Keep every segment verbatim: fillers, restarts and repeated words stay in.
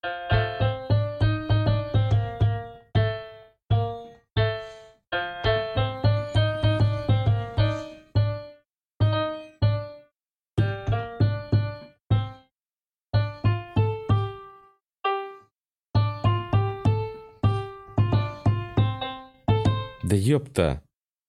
Да ёпта.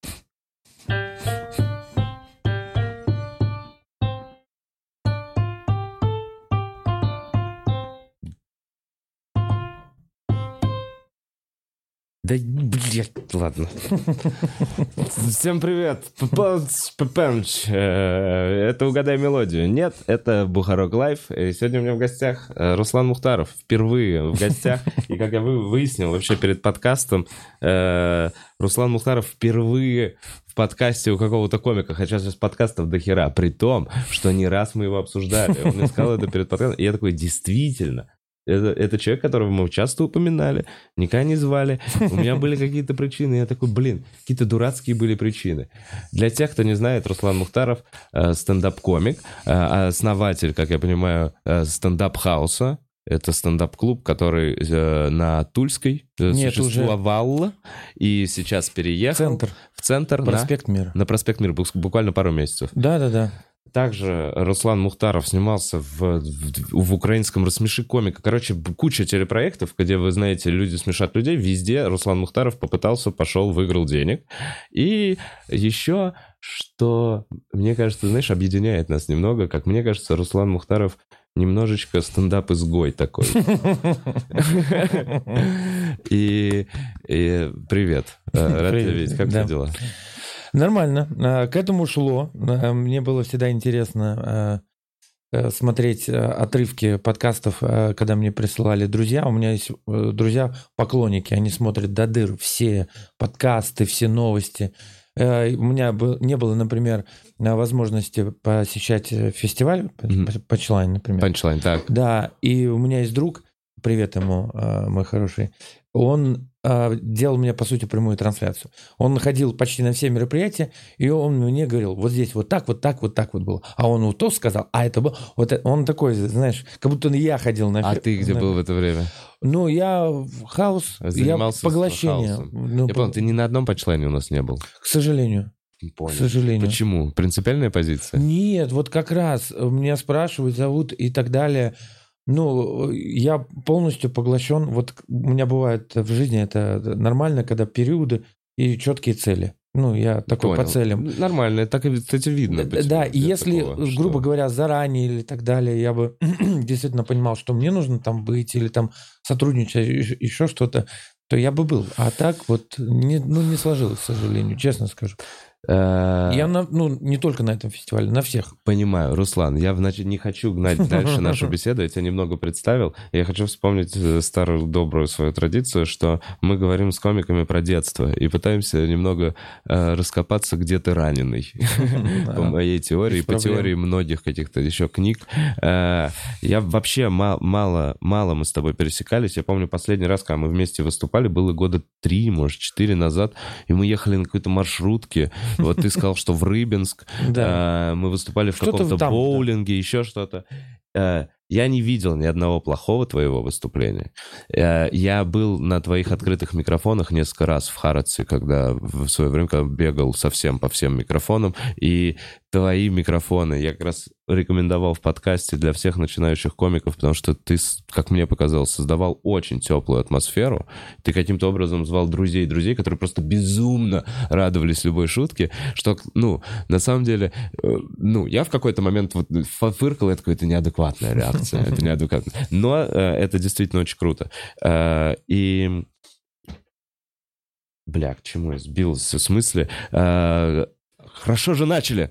Да, блядь, ладно. Всем привет. Папанч. Это «Угадай мелодию». Нет, это Бухарок Лайв. И сегодня у меня в гостях Руслан Мухтаров. Впервые в гостях. И как я выяснил вообще перед подкастом, Руслан Мухтаров впервые в подкасте у какого-то комика, хотя сейчас подкастов до хера, при том, что не раз мы его обсуждали. Он мне сказал это перед подкастом. И я такой, действительно. Это, это человек, которого мы часто упоминали, никогда не звали. У меня были какие-то причины. Я такой, блин, какие-то дурацкие были причины. Для тех, кто не знает, Руслан Мухтаров э, стендап-комик, э, основатель, как я понимаю, э, стендап-хауса. Это стендап-клуб, который э, на Тульской э, Нет, существовал уже... и сейчас переехал центр. в центр. Проспект на, Мира. На проспект Мира, буквально пару месяцев. Да-да-да. Также Руслан Мухтаров снимался в, в, в украинском «Рассмеши комика». Короче, куча телепроектов, где, вы знаете, люди смешат людей. Везде Руслан Мухтаров попытался, пошел, выиграл денег. И еще, что, мне кажется, знаешь, объединяет нас немного, как мне кажется, Руслан Мухтаров немножечко стендап-изгой такой. И привет. Рад тебя видеть. Как твои дела? Нормально. К этому шло. Мне было всегда интересно смотреть отрывки подкастов, когда мне присылали друзья. У меня есть друзья-поклонники, они смотрят до дыр все подкасты, все новости. У меня не было, например, возможности посещать фестиваль Punchline, например. Punchline, так. Да, и у меня есть друг, привет ему, мой хороший, он делал мне, по сути, прямую трансляцию. Он ходил почти на все мероприятия, и он мне говорил, вот здесь вот так, вот так, вот так вот было. А он вот то сказал, а это было... Вот это, он такой, знаешь, как будто я ходил на... А ты где на... был в это время? Ну, я в хаус, занимался я поглощение. Ну, я по... понял, ты ни на одном Punchline у нас не был. К сожалению. Понял. К сожалению. Почему? Принципиальная позиция? Нет, вот как раз меня спрашивают, зовут и так далее... Ну, я полностью поглощен. Вот у меня бывает в жизни это нормально, когда периоды и четкие цели. Ну, я такой Понял. по целям. Нормально, так и, кстати, видно. Да, да, и если, такого, грубо что... говоря, заранее или так далее, я бы действительно понимал, что мне нужно там быть или там сотрудничать, еще что-то, то я бы был. А так вот не, ну, не сложилось, к сожалению, честно скажу. Я на, ну, не только на этом фестивале, на всех. Понимаю. Руслан, я, значит, не хочу гнать дальше нашу беседу, я тебя немного представил. Я хочу вспомнить старую добрую свою традицию, что мы говорим с комиками про детство и пытаемся немного э, раскопаться, где ты раненый. По моей теории, по теории многих каких-то еще книг. Я вообще мало мало мы с тобой пересекались. Я помню, последний раз, когда мы вместе выступали, было года три, может, четыре назад, и мы ехали на какой-то маршрутке. Вот ты сказал, что в Рыбинск. Да. Мы выступали в что-то каком-то там, боулинге, да. Еще что-то. Я не видел ни одного плохого твоего выступления. Я был на твоих открытых микрофонах несколько раз в Харадсе, когда в свое время когда бегал совсем по всем микрофонам. И твои микрофоны я как раз рекомендовал в подкасте для всех начинающих комиков, потому что ты, как мне показалось, создавал очень теплую атмосферу. Ты каким-то образом звал друзей друзей, которые просто безумно радовались любой шутке, что, ну, на самом деле, ну, я в какой-то момент вот фыркал, это какая-то неадекватная реакция. Это неадекватно. Но э, это действительно очень круто. Э, и... Бля, к чему я сбился? В смысле? Э, хорошо же начали.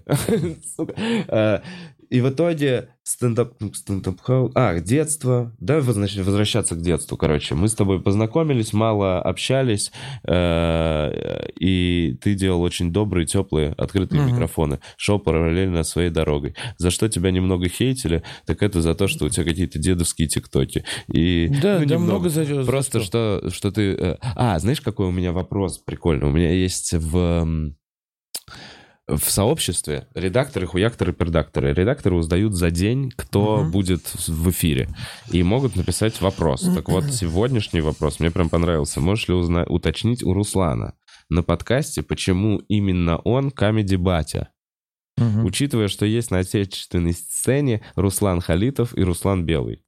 И в итоге стендап... стендап а, детство. Давай, значит, возвращаться к детству, короче. Мы с тобой познакомились, мало общались, э, и ты делал очень добрые, теплые, открытые mm-hmm. микрофоны. Шел параллельно своей дорогой. За что тебя немного хейтили, так это за то, что у тебя какие-то дедовские тиктоки. И, да, ну, да, немного. много за Просто что, что ты... А, знаешь, какой у меня вопрос прикольный? У меня есть в... в сообществе редакторы, хуякторы, пердакторы. Редакторы узнают за день, кто uh-huh. будет в эфире. И могут написать вопрос. Так вот, сегодняшний вопрос мне прям понравился. Можешь ли узна- уточнить у Руслана на подкасте, почему именно он комеди-батя? Uh-huh. Учитывая, что есть на отечественной сцене Руслан Халитов и Руслан Белый.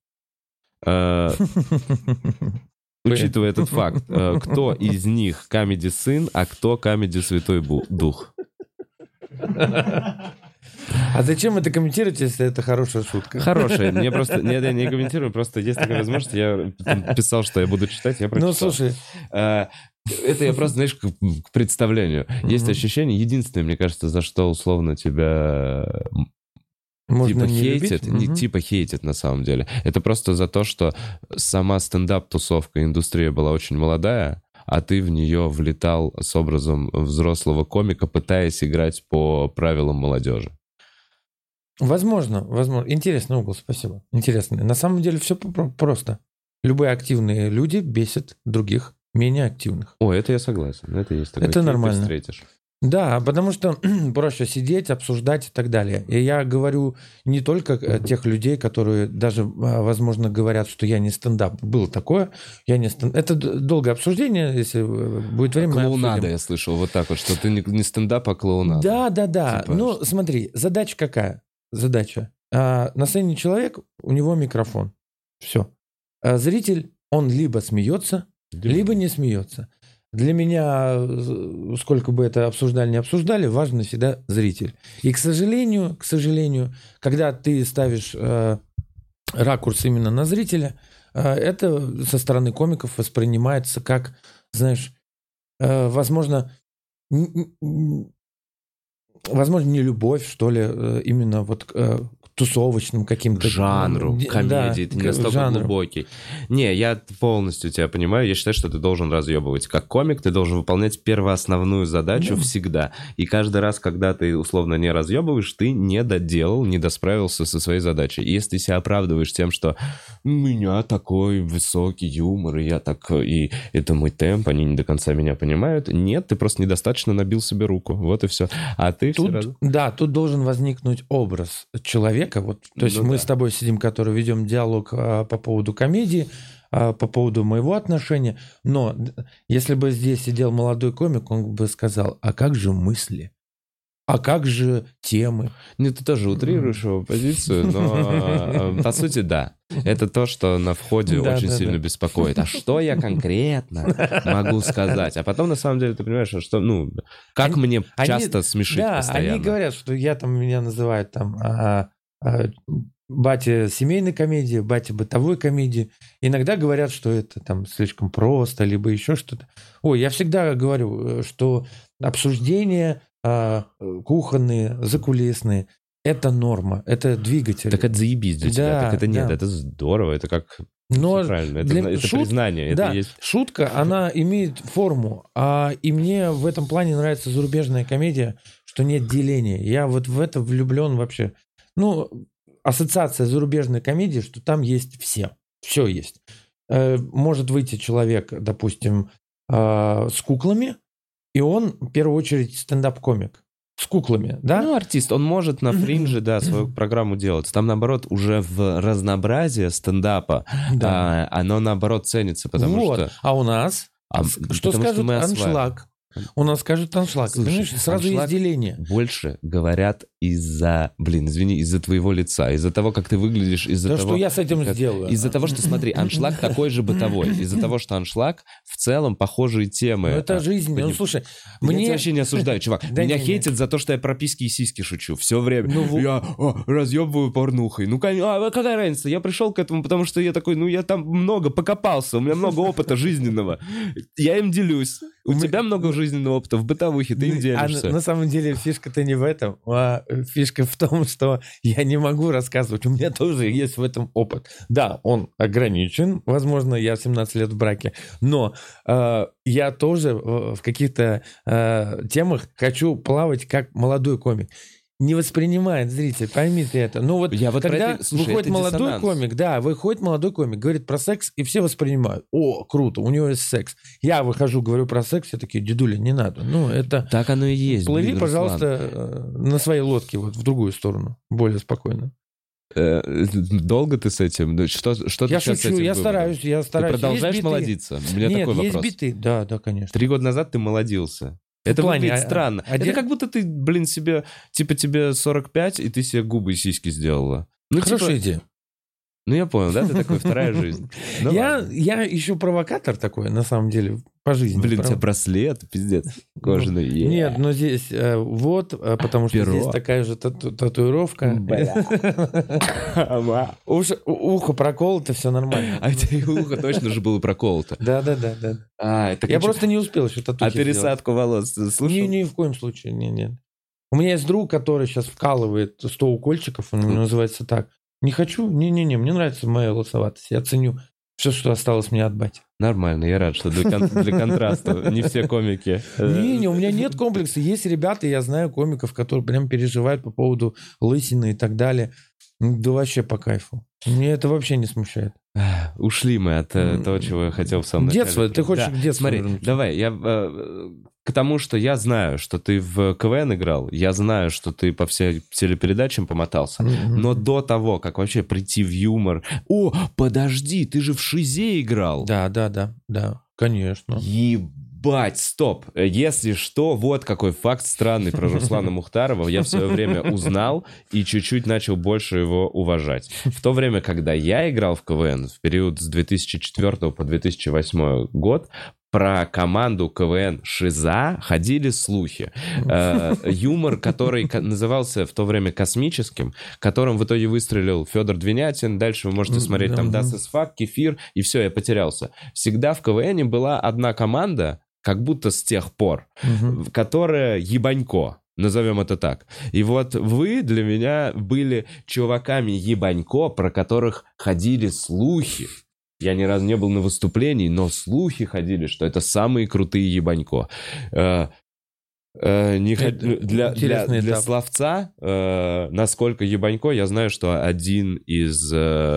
Учитывая этот факт, кто из них комеди-сын, а кто комеди-святой дух? А зачем это комментировать, если это хорошая шутка? Хорошая. Мне просто... Нет, я не комментирую, просто есть такая возможность. Я писал, что я буду читать, я прочитал. Ну, слушай... Это я просто, знаешь, к, к представлению. Есть mm-hmm. ощущение, единственное, мне кажется, за что условно тебя... Можно типа хейтят, не, не типа хейтят на самом деле. Это просто за то, что сама стендап-тусовка, индустрия была очень молодая, а ты в нее влетал с образом взрослого комика, пытаясь играть по правилам молодежи. Возможно, возможно. Интересный угол, спасибо. Интересный. На самом деле все просто. Любые активные люди бесят других менее активных. О, это я согласен. Это есть такой это нормально. Встретишь. Да, потому что проще сидеть, обсуждать и так далее. И я говорю не только тех людей, которые даже, возможно, говорят, что я не стендап. Было такое, я не стендап. Это долгое обсуждение, если будет время. Клоунада, я слышал, вот так вот, что ты не стендап, а клоунада. Да, да, да. Типа... Ну, смотри, задача какая? Задача. А, на сцене человек, у него микрофон. Все. А зритель, он либо смеется, да. либо не смеется. Для меня, сколько бы это обсуждали, не обсуждали, важно всегда зритель. И, к сожалению, к сожалению, когда ты ставишь э, ракурс именно на зрителя, э, это со стороны комиков воспринимается как, знаешь, э, возможно, н- н- возможно, не любовь, что ли, э, именно вот э, тусовочным каким-то... К жанру, д- комедии, да, ты не настолько жанру. глубокий. Не, я полностью тебя понимаю. Я считаю, что ты должен разъебывать. Как комик ты должен выполнять первоосновную задачу mm. всегда. И каждый раз, когда ты условно не разъебываешь, ты не доделал, не досправился со своей задачей. И если ты себя оправдываешь тем, что у меня такой высокий юмор, и я так... И это мой темп, они не до конца меня понимают. Нет, ты просто недостаточно набил себе руку. Вот и все. А ты тут, все раз... Да, тут должен возникнуть образ человека. Вот, то есть ну, мы да. с тобой сидим, которые ведем диалог а, по поводу комедии, а, по поводу моего отношения. Но если бы здесь сидел молодой комик, он бы сказал, а как же мысли? А как же темы? Ну, ты тоже утрируешь его позицию, но по сути, да. Это то, что на входе да, очень да, сильно да. беспокоит. А что я конкретно могу сказать? А потом, на самом деле, ты понимаешь, что, ну, как они, мне часто они, смешить да, постоянно. Они говорят, что я там, меня называют там... А, а, батя семейной комедии, батя бытовой комедии. Иногда говорят, что это там слишком просто, либо еще что-то. Ой, я всегда говорю, что обсуждения а, кухонные, закулисные – это норма, это двигатель. Так это заебись для да, тебя. Так это нет, да. это здорово, это как... Но правильно, это, для... это Шут... признание. Да, это есть... шутка, она имеет форму. А, и мне в этом плане нравится зарубежная комедия, что нет деления. Я вот в это влюблен вообще. Ну, ассоциация зарубежной комедии, что там есть все. Все есть. Может выйти человек, допустим, с куклами, и он, в первую очередь, стендап-комик. С куклами, да? Ну, артист, он может на фринже, да, свою программу делать. Там, наоборот, уже в разнообразие стендапа да. а, оно, наоборот, ценится, потому вот. что... А у нас? А, что скажут что аншлаг? У нас скажут аншлаг. Слушай, понимаешь, сразу аншлаг есть деление. Больше говорят из-за, блин, извини, из-за твоего лица, из-за того, как ты выглядишь, из-за да того... что я с этим как... сделаю? Из-за того, что, смотри, аншлаг такой же бытовой. Из-за того, что аншлаг в целом похожие темы. Ну, это жизнь. Поним... Ну, слушай, я мне... тебя вообще не осуждаю, чувак. Да Меня не, хейтят не. за то, что я про письки и сиськи шучу все время. Ну, я о, разъебываю порнухой. Ну, а какая разница? Я пришел к этому, потому что я такой, ну, я там много покопался, у меня много опыта жизненного. Я им делюсь. У Мы... тебя много жизненного опыта в бытовухе, ты им делишься. А на, на самом деле фишка-то не в этом, а фишка в том, что я не могу рассказывать. У меня тоже есть в этом опыт. Да, он ограничен, возможно, я семнадцать лет в браке, но э, я тоже в каких-то э, темах хочу плавать как молодой комик. не воспринимает зритель, пойми ты это. Ну вот, Я вот когда это, слушай, выходит это молодой диссонанс. комик, да, выходит молодой комик, говорит про секс, и все воспринимают. О, круто, у него есть секс. Я выхожу, говорю про секс, все такие, дедуля, не надо. Ну, это... Так оно и есть. Плыви, блин, пожалуйста, Руслан. на своей лодке вот в другую сторону, более спокойно. Э, Долго ты с этим? Ну, Что, что ты Я сейчас с шучу, этим я выбрал? стараюсь, я Ты стараюсь. продолжаешь Есть биты. молодиться? У меня Нет, такой есть вопрос. биты, да, да, конечно. Три года назад ты молодился. Это плане, выглядит а- странно. а Это де- как будто ты, блин, себе... Типа тебе сорок пять, и ты себе губы и сиськи сделала. Ну, Хорошая типа, идея. ну, я понял, да? Ты такой, вторая жизнь. Ну, я, ладно. я еще провокатор такой, на самом деле, по жизни. Блин, у тебя Прав- браслет, пиздец, кожаный. Е. Нет, но здесь э, вот, э, потому что Перо. здесь такая же тату- татуировка. А Уж- у- Ухо проколото, все нормально. у тебя и ухо точно же было проколото. Да, да, да, да. А, это Я как- просто не успел еще татухи А сделать. пересадку волос слушал? Не, ни в коем случае, не, нет. У меня есть друг, который сейчас вкалывает сто укольчиков, он Хм. называется так. Не хочу, не-не-не, мне нравится моя лосоватость. Я ценю все, что осталось мне от бати. Нормально, я рад, что для, кон- для контраста не все комики. э, Не-не, у меня нет комплекса. Есть ребята, я знаю комиков, которые прям переживают по поводу лысины и так далее. Ну, да вообще по кайфу. Мне это вообще не смущает. Ушли мы от э, М, того, чего я хотел в самом начале. детство, ты хочешь Да, к детству Смотри, вернуться? давай, я э, к тому, что я знаю, что ты в КВН играл, я знаю, что ты по всем телепередачам помотался, Мгм. но до того, как вообще прийти в юмор... О, подожди, ты же в Шизе играл! Да, да, да, да, конечно. Ебать, стоп. Если что, вот какой факт странный про Руслана Мухтарова. Я в свое время узнал и чуть-чуть начал больше его уважать. В то время, когда я играл в КВН, в период с две тысячи четвёртого по две тысячи восьмой год, про команду КВН «Шиза» ходили слухи. Э, юмор, который ко- назывался в то время космическим, которым в итоге выстрелил Федор Двинятин. Дальше вы можете смотреть там Да. «Das ist Fuck», «Кефир», и все, я потерялся. Всегда в КВНе была одна команда, как будто с тех пор, Мгм. которая ебанько. Назовем это так. И вот вы для меня были чуваками ебанько, про которых ходили слухи. Я ни разу не был на выступлении, но слухи ходили, что это самые крутые ебанько. Э, э, не х- Это для, для, интересный для этап. словца, э, насколько ебанько, я знаю, что один из э,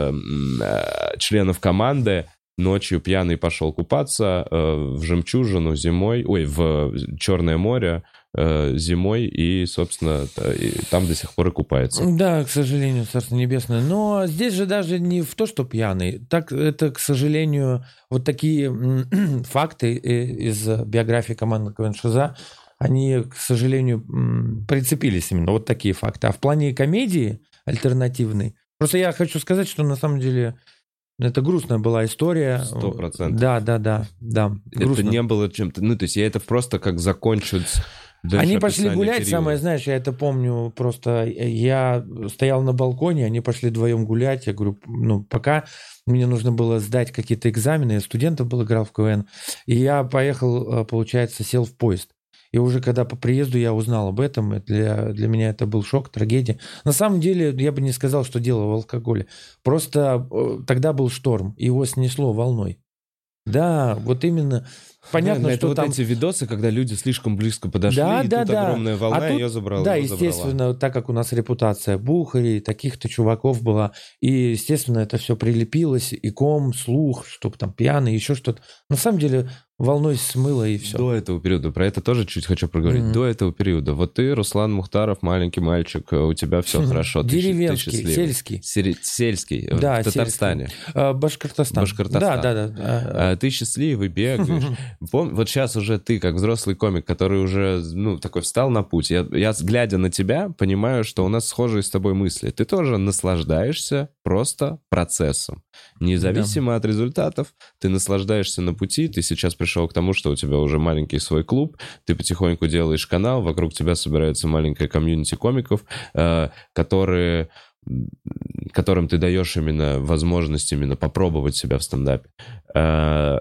м, э, членов команды ночью пьяный пошел купаться э, в Жемчужину зимой, ой, в Черное море э, зимой, и, собственно, та- и там до сих пор и купается. Да, к сожалению, Царство Небесное. Но здесь же даже не в то, что пьяный. Так это, к сожалению, вот такие м, факты и- из биографии команды КВН «Шиза», они, к сожалению, м, прицепились именно. Вот такие факты. А в плане комедии альтернативной... Просто я хочу сказать, что на самом деле это грустная была история. Сто процентов. Да, да, да. да Это грустно. не было чем-то... Ну, то есть я это просто как закончить... дальше Они пошли описание гулять, периода. самое, знаешь, я это помню, просто я стоял на балконе, они пошли вдвоем гулять, я говорю, ну, пока мне нужно было сдать какие-то экзамены, я студентов был, играл в КВН, и я поехал, получается, сел в поезд. И уже когда по приезду я узнал об этом, и для, для меня это был шок, трагедия. На самом деле, я бы не сказал, что дело в алкоголе. Просто э, тогда был шторм, и его снесло волной. Да, вот именно. Понятно, Да, что это там... вот эти видосы, когда люди слишком близко подошли, Да, и да, тут да. огромная волна А тут- ее забрала. Да, его забрала. естественно, так как у нас репутация бухарей, таких-то чуваков была, и, естественно, это все прилепилось, и ком, слух, чтобы там пьяный, еще что-то. На самом деле волной смыло, и все. До этого периода, про это тоже чуть хочу проговорить. Мгм. До этого периода. Вот ты, Руслан Мухтаров, маленький мальчик, у тебя все хорошо. ты щ- ты Деревенский, счастливый. сельский. Сери- Сельский, Да, в Татарстане. А, Башкортостан. Башкортостан. Да, да, да. А, А ты счастливый, бегаешь. Пом- Вот сейчас уже ты, как взрослый комик, который уже, ну, такой встал на путь, я, я, глядя на тебя, понимаю, что у нас схожие с тобой мысли. Ты тоже наслаждаешься просто процессом. Независимо от результатов, ты наслаждаешься на пути, ты сейчас пришел к тому, что у тебя уже маленький свой клуб, ты потихоньку делаешь канал, вокруг тебя собирается маленькая комьюнити комиков, э, которые... которым ты даешь именно возможность именно попробовать себя в стендапе. Э,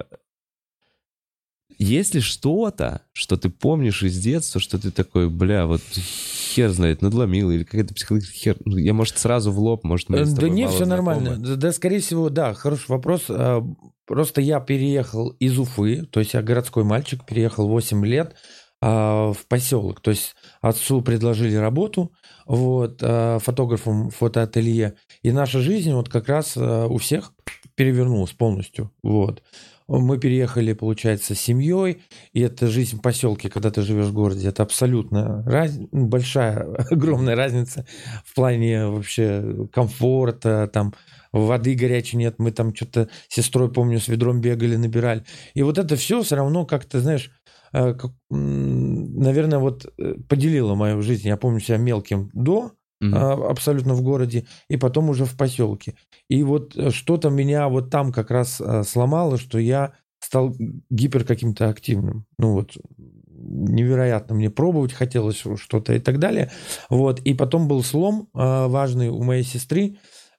Есть ли что-то, что ты помнишь из детства, что ты такой, бля, вот хер знает, надломил, или какая-то психологическая хер... Ну, я, может, сразу в лоб, может, мы с Да тобой не, мало все знакомы. нормально. Да, да, скорее всего, да, хороший вопрос. А, Просто я переехал из Уфы, то есть я городской мальчик, переехал восемь лет а, в поселок. То есть отцу предложили работу, вот, фотографом фотоателье. И наша жизнь вот как раз у всех перевернулась полностью. Вот. Мы переехали, получается, с семьей, и это жизнь в поселке, когда ты живешь в городе, это абсолютно раз... большая, огромная разница в плане вообще комфорта, там, воды горячей нет, мы там что-то с сестрой, помню, с ведром бегали, набирали. И вот это все все равно как-то, знаешь, как, наверное, вот поделило мою жизнь. Я помню себя мелким до, mm-hmm. абсолютно в городе, и потом уже в поселке. И вот что-то меня вот там как раз сломало, что я стал гипер каким-то активным. Ну вот, невероятно мне пробовать хотелось что-то и так далее. Вот. И потом был слом важный у моей сестры.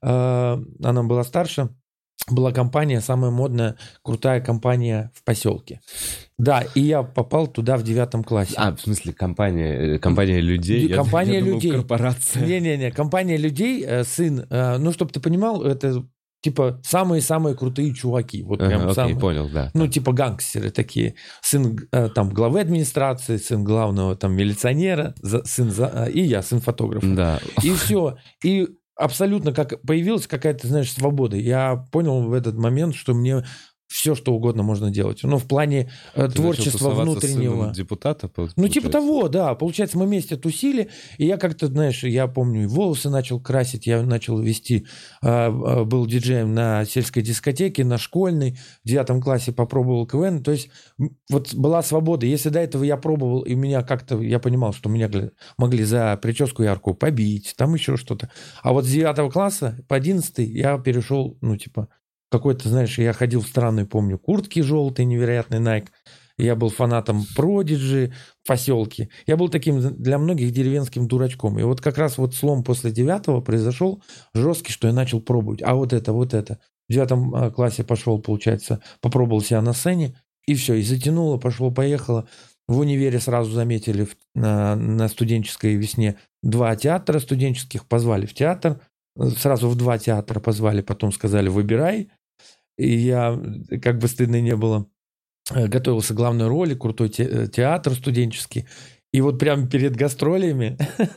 Она была старше. Была компания, самая модная, крутая компания в поселке. Да, и я попал туда в девятом классе. А, в смысле, компания, компания людей? Компания я, я людей. Думал, корпорация. Не-не-не, компания людей, сын, ну, чтобы ты понимал, это типа самые-самые крутые чуваки. Вот прям ага, самые. Окей, понял, да. Ну, типа гангстеры такие. Сын там главы администрации, сын главного там милиционера, сын и я, сын фотографа. Да. И все. И абсолютно как появилась какая-то, знаешь, свобода. Я понял в этот момент, что мне все, что угодно можно делать. Ну, в плане Ты творчества внутреннего. Депутата, ну, типа того, да. Получается, мы вместе тусили, и я как-то, знаешь, я помню, и волосы начал красить, я начал вести, был диджеем на сельской дискотеке, на школьной, в девятом классе попробовал КВН. То есть вот была свобода. Если до этого я пробовал, и меня как-то, я понимал, что меня могли за прическу яркую побить, там еще что-то. А вот с девятого класса по одиннадцатый я перешел, ну, типа, какой-то, знаешь, я ходил в странные, помню, куртки желтые, невероятный Nike. Я был фанатом Продиджи в поселке. Я был таким для многих деревенским дурачком. И вот как раз вот слом после девятого произошел жесткий, что я начал пробовать. А вот это, вот это. В девятом классе пошел, получается, попробовал себя на сцене. И все, и затянуло, пошло-поехало. В универе сразу заметили на, на студенческой весне два театра студенческих, позвали в театр. Сразу в два театра позвали, потом сказали «выбирай». И я, как бы стыдно не было, готовился к главной роли, крутой те, театр студенческий. И вот прямо перед гастролями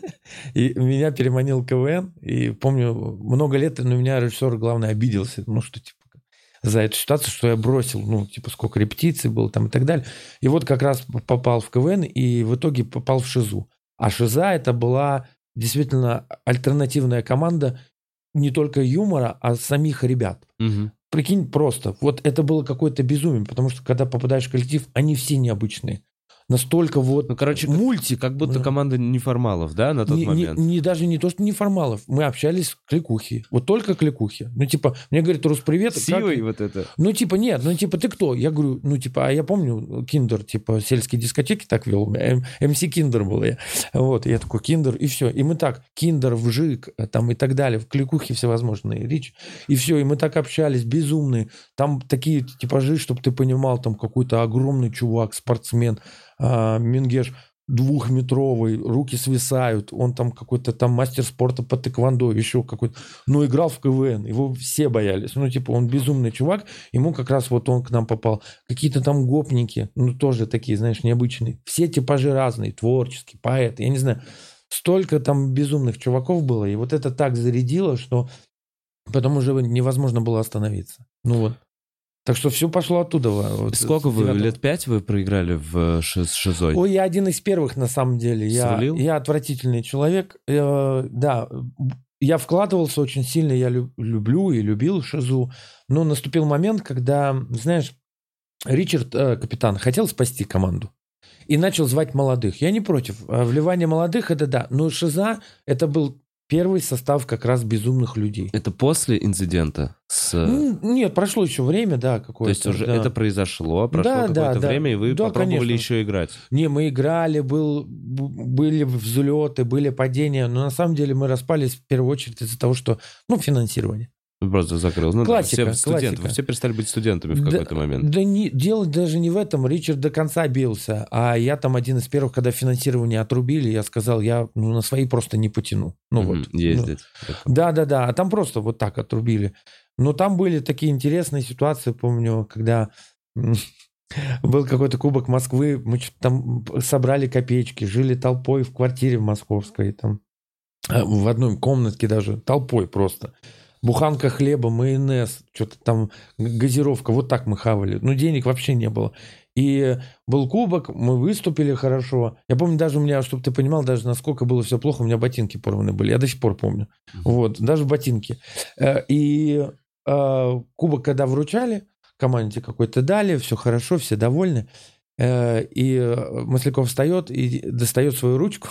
и меня переманил КВН. И помню, много лет на меня режиссер, главное, обиделся. Ну, что типа за эту ситуацию, что я бросил, ну, типа сколько репетиций было там и так далее. И вот как раз попал в КВН и в итоге попал в Шизу. А Шиза это была действительно альтернативная команда не только юмора, а самих ребят. Угу. Прикинь, просто. Вот это было какое-то безумие, потому что, когда попадаешь в коллектив, они все необычные. Настолько вот ну, короче, мультик. Как будто команда неформалов, да, на тот не, момент? Не, не, даже не то, что неформалов. Мы общались в кликухе. Вот только кликухи. Ну, типа, мне говорит, Рус, привет. Сивой вот это? Ну, типа, нет, ну, типа, ты кто? Я говорю, ну, типа, а я помню, Киндер, типа, сельские дискотеки так вел. эм си Киндер был я. Вот, я такой, Киндер, и все. И мы так, Киндер, Вжик, там, и так далее, в кликухе всевозможные, Рич. И все, и мы так общались, безумные. Там такие типажи, чтобы ты понимал, там, какой-то огромный чувак, спортсмен, Мингеш двухметровый, руки свисают, он там какой-то там мастер спорта по тэквондо, еще какой-то, ну, играл в КВН, его все боялись, ну, типа, он безумный чувак, ему как раз вот он к нам попал, какие-то там гопники, ну, тоже такие, знаешь, необычные, все типажи разные, творческие, поэты, я не знаю, столько там безумных чуваков было, и вот это так зарядило, что потом уже невозможно было остановиться, ну, вот. Так что все пошло оттуда. Вот, сколько вы, лет пять вы проиграли в шиз, шизой? Ой, я один из первых, на самом деле. Я, я отвратительный человек. Я, да, я вкладывался очень сильно, я люб, люблю и любил шизу. Но наступил момент, когда, знаешь, Ричард, э, капитан, хотел спасти команду. И начал звать молодых. Я не против. Вливание молодых, это да. Но шиза, это был... Первый состав как раз безумных людей. Это после инцидента? С... Нет, прошло еще время, да, какое-то. То есть уже да. это произошло, прошло да, какое-то да, время, да. и вы да, попробовали конечно. еще играть? Не, мы играли, был, были взлеты, были падения, но на самом деле мы распались в первую очередь из-за того, что, ну, финансирование. Просто закрыл. Ну, классика, да, все студенты, классика. Вы все перестали быть студентами в да, какой-то момент. Да не, дело даже не в этом. Ричард до конца бился. А я там один из первых, когда финансирование отрубили, я сказал, я ну, на свои просто не потяну. Ну, mm-hmm, вот. Ездить. Да-да-да. А там просто вот так отрубили. Но там были такие интересные ситуации, помню, когда был какой-то Кубок Москвы, мы там собрали копеечки, жили толпой в квартире в московской, там. в одной комнатке даже, толпой просто. Буханка хлеба, майонез, что-то там, газировка. Вот так мы хавали. Ну, денег вообще не было. И был кубок, мы выступили хорошо. Я помню даже у меня, чтобы ты понимал, даже насколько было все плохо, у меня ботинки порваны были. Я до сих пор помню. Mm-hmm. Вот, даже ботинки. И э, кубок, когда вручали, команде какой-то дали, все хорошо, все довольны. Э, и Масляков встает и достает свою ручку,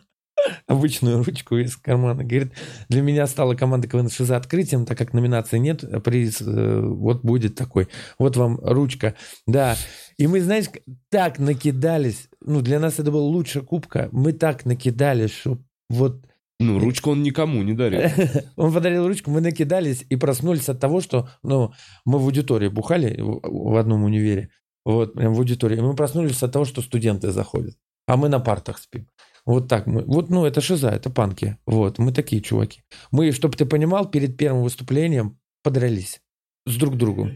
обычную ручку из кармана. Говорит, для меня стала команда КВН «Шиза» открытием, так как номинации нет, приз э, вот будет такой. Вот вам ручка. Да. И мы, знаешь, так накидались. Ну, для нас это была лучшая кубка. Мы так накидались, что вот... Ну, ручку он никому не дарил. Он подарил ручку, мы накидались и проснулись от того, что... Ну, мы в аудитории бухали в одном универе. Вот, прям в аудитории. И мы проснулись от того, что студенты заходят. А мы на партах спим. Вот так мы. Вот, ну, это шиза, это панки. Вот, мы такие чуваки. Мы, чтобы ты понимал, перед первым выступлением подрались с друг другом.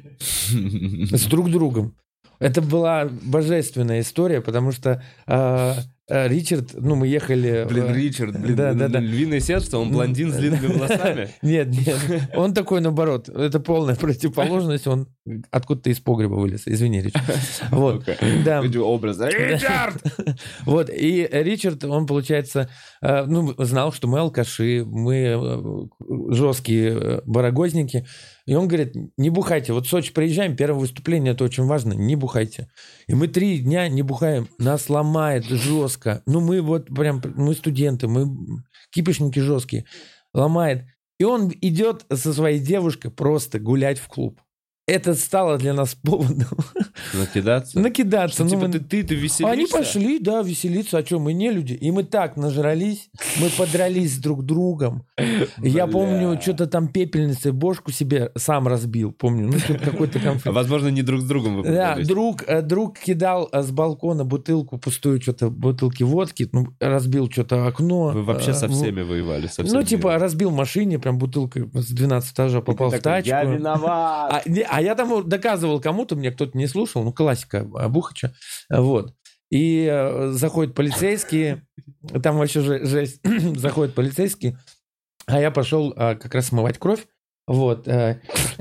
С друг другом. Это была божественная история, потому что э, э, Ричард, ну, мы ехали... Блин, Ричард, блин, да, да, да. Львиное сердце, он блондин с длинными волосами? Нет, нет, он такой, наоборот, это полная противоположность, он откуда-то из погреба вылез, извини, Ричард. Вот, да. Образ, Ричард! Вот, и Ричард, он, получается, ну, знал, что мы алкаши, мы жесткие барагозники, и он говорит, не бухайте. Вот в Сочи приезжаем, первое выступление, это очень важно, не бухайте. И мы три дня не бухаем, нас ломает жестко. Ну, мы вот прям, мы студенты, мы кипишники жесткие. Ломает. И он идет со своей девушкой просто гулять в клуб. Это стало для нас поводом. Накидаться? Накидаться. Что, ну, типа мы... ты, ты, ты веселишься? Они пошли, да, веселиться. А что, мы не люди? И мы так нажрались, мы подрались друг с другом. Я помню, что-то там пепельницей бошку себе сам разбил. Помню, ну, что-то какой-то конфликт. А возможно, не друг с другом вы Да, друг, друг кидал с балкона бутылку, пустую что-то, бутылки водки, ну, разбил что-то окно. Вы вообще со всеми воевали? Со ну, типа, миром. Разбил машине, прям бутылкой с двенадцатого этажа попал в такой, тачку. Я виноват! А, не, а я там доказывал кому-то, мне кто-то не слушал, ну, классика Бухача, вот. И э, заходят полицейские, там вообще же, жесть, заходят полицейские, а я пошел э, как раз смывать кровь, вот. Э,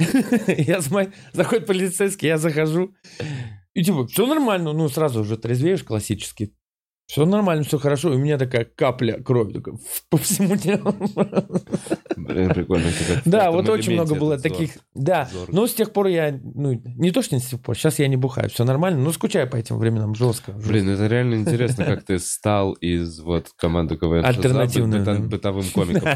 я смываю, заходит полицейский, я захожу, и типа, все нормально, ну, сразу уже трезвеешь классически. Все нормально, все хорошо. И у меня такая капля крови такая, по всему телу. Блин, прикольно. Да, вот очень много было таких. Да, но с тех пор я, ну, не то, что не с тех пор, сейчас я не бухаю, все нормально, но скучаю по этим временам жестко. Блин, это реально интересно, как ты стал из вот команды КВН альтернативным бытовым комиком.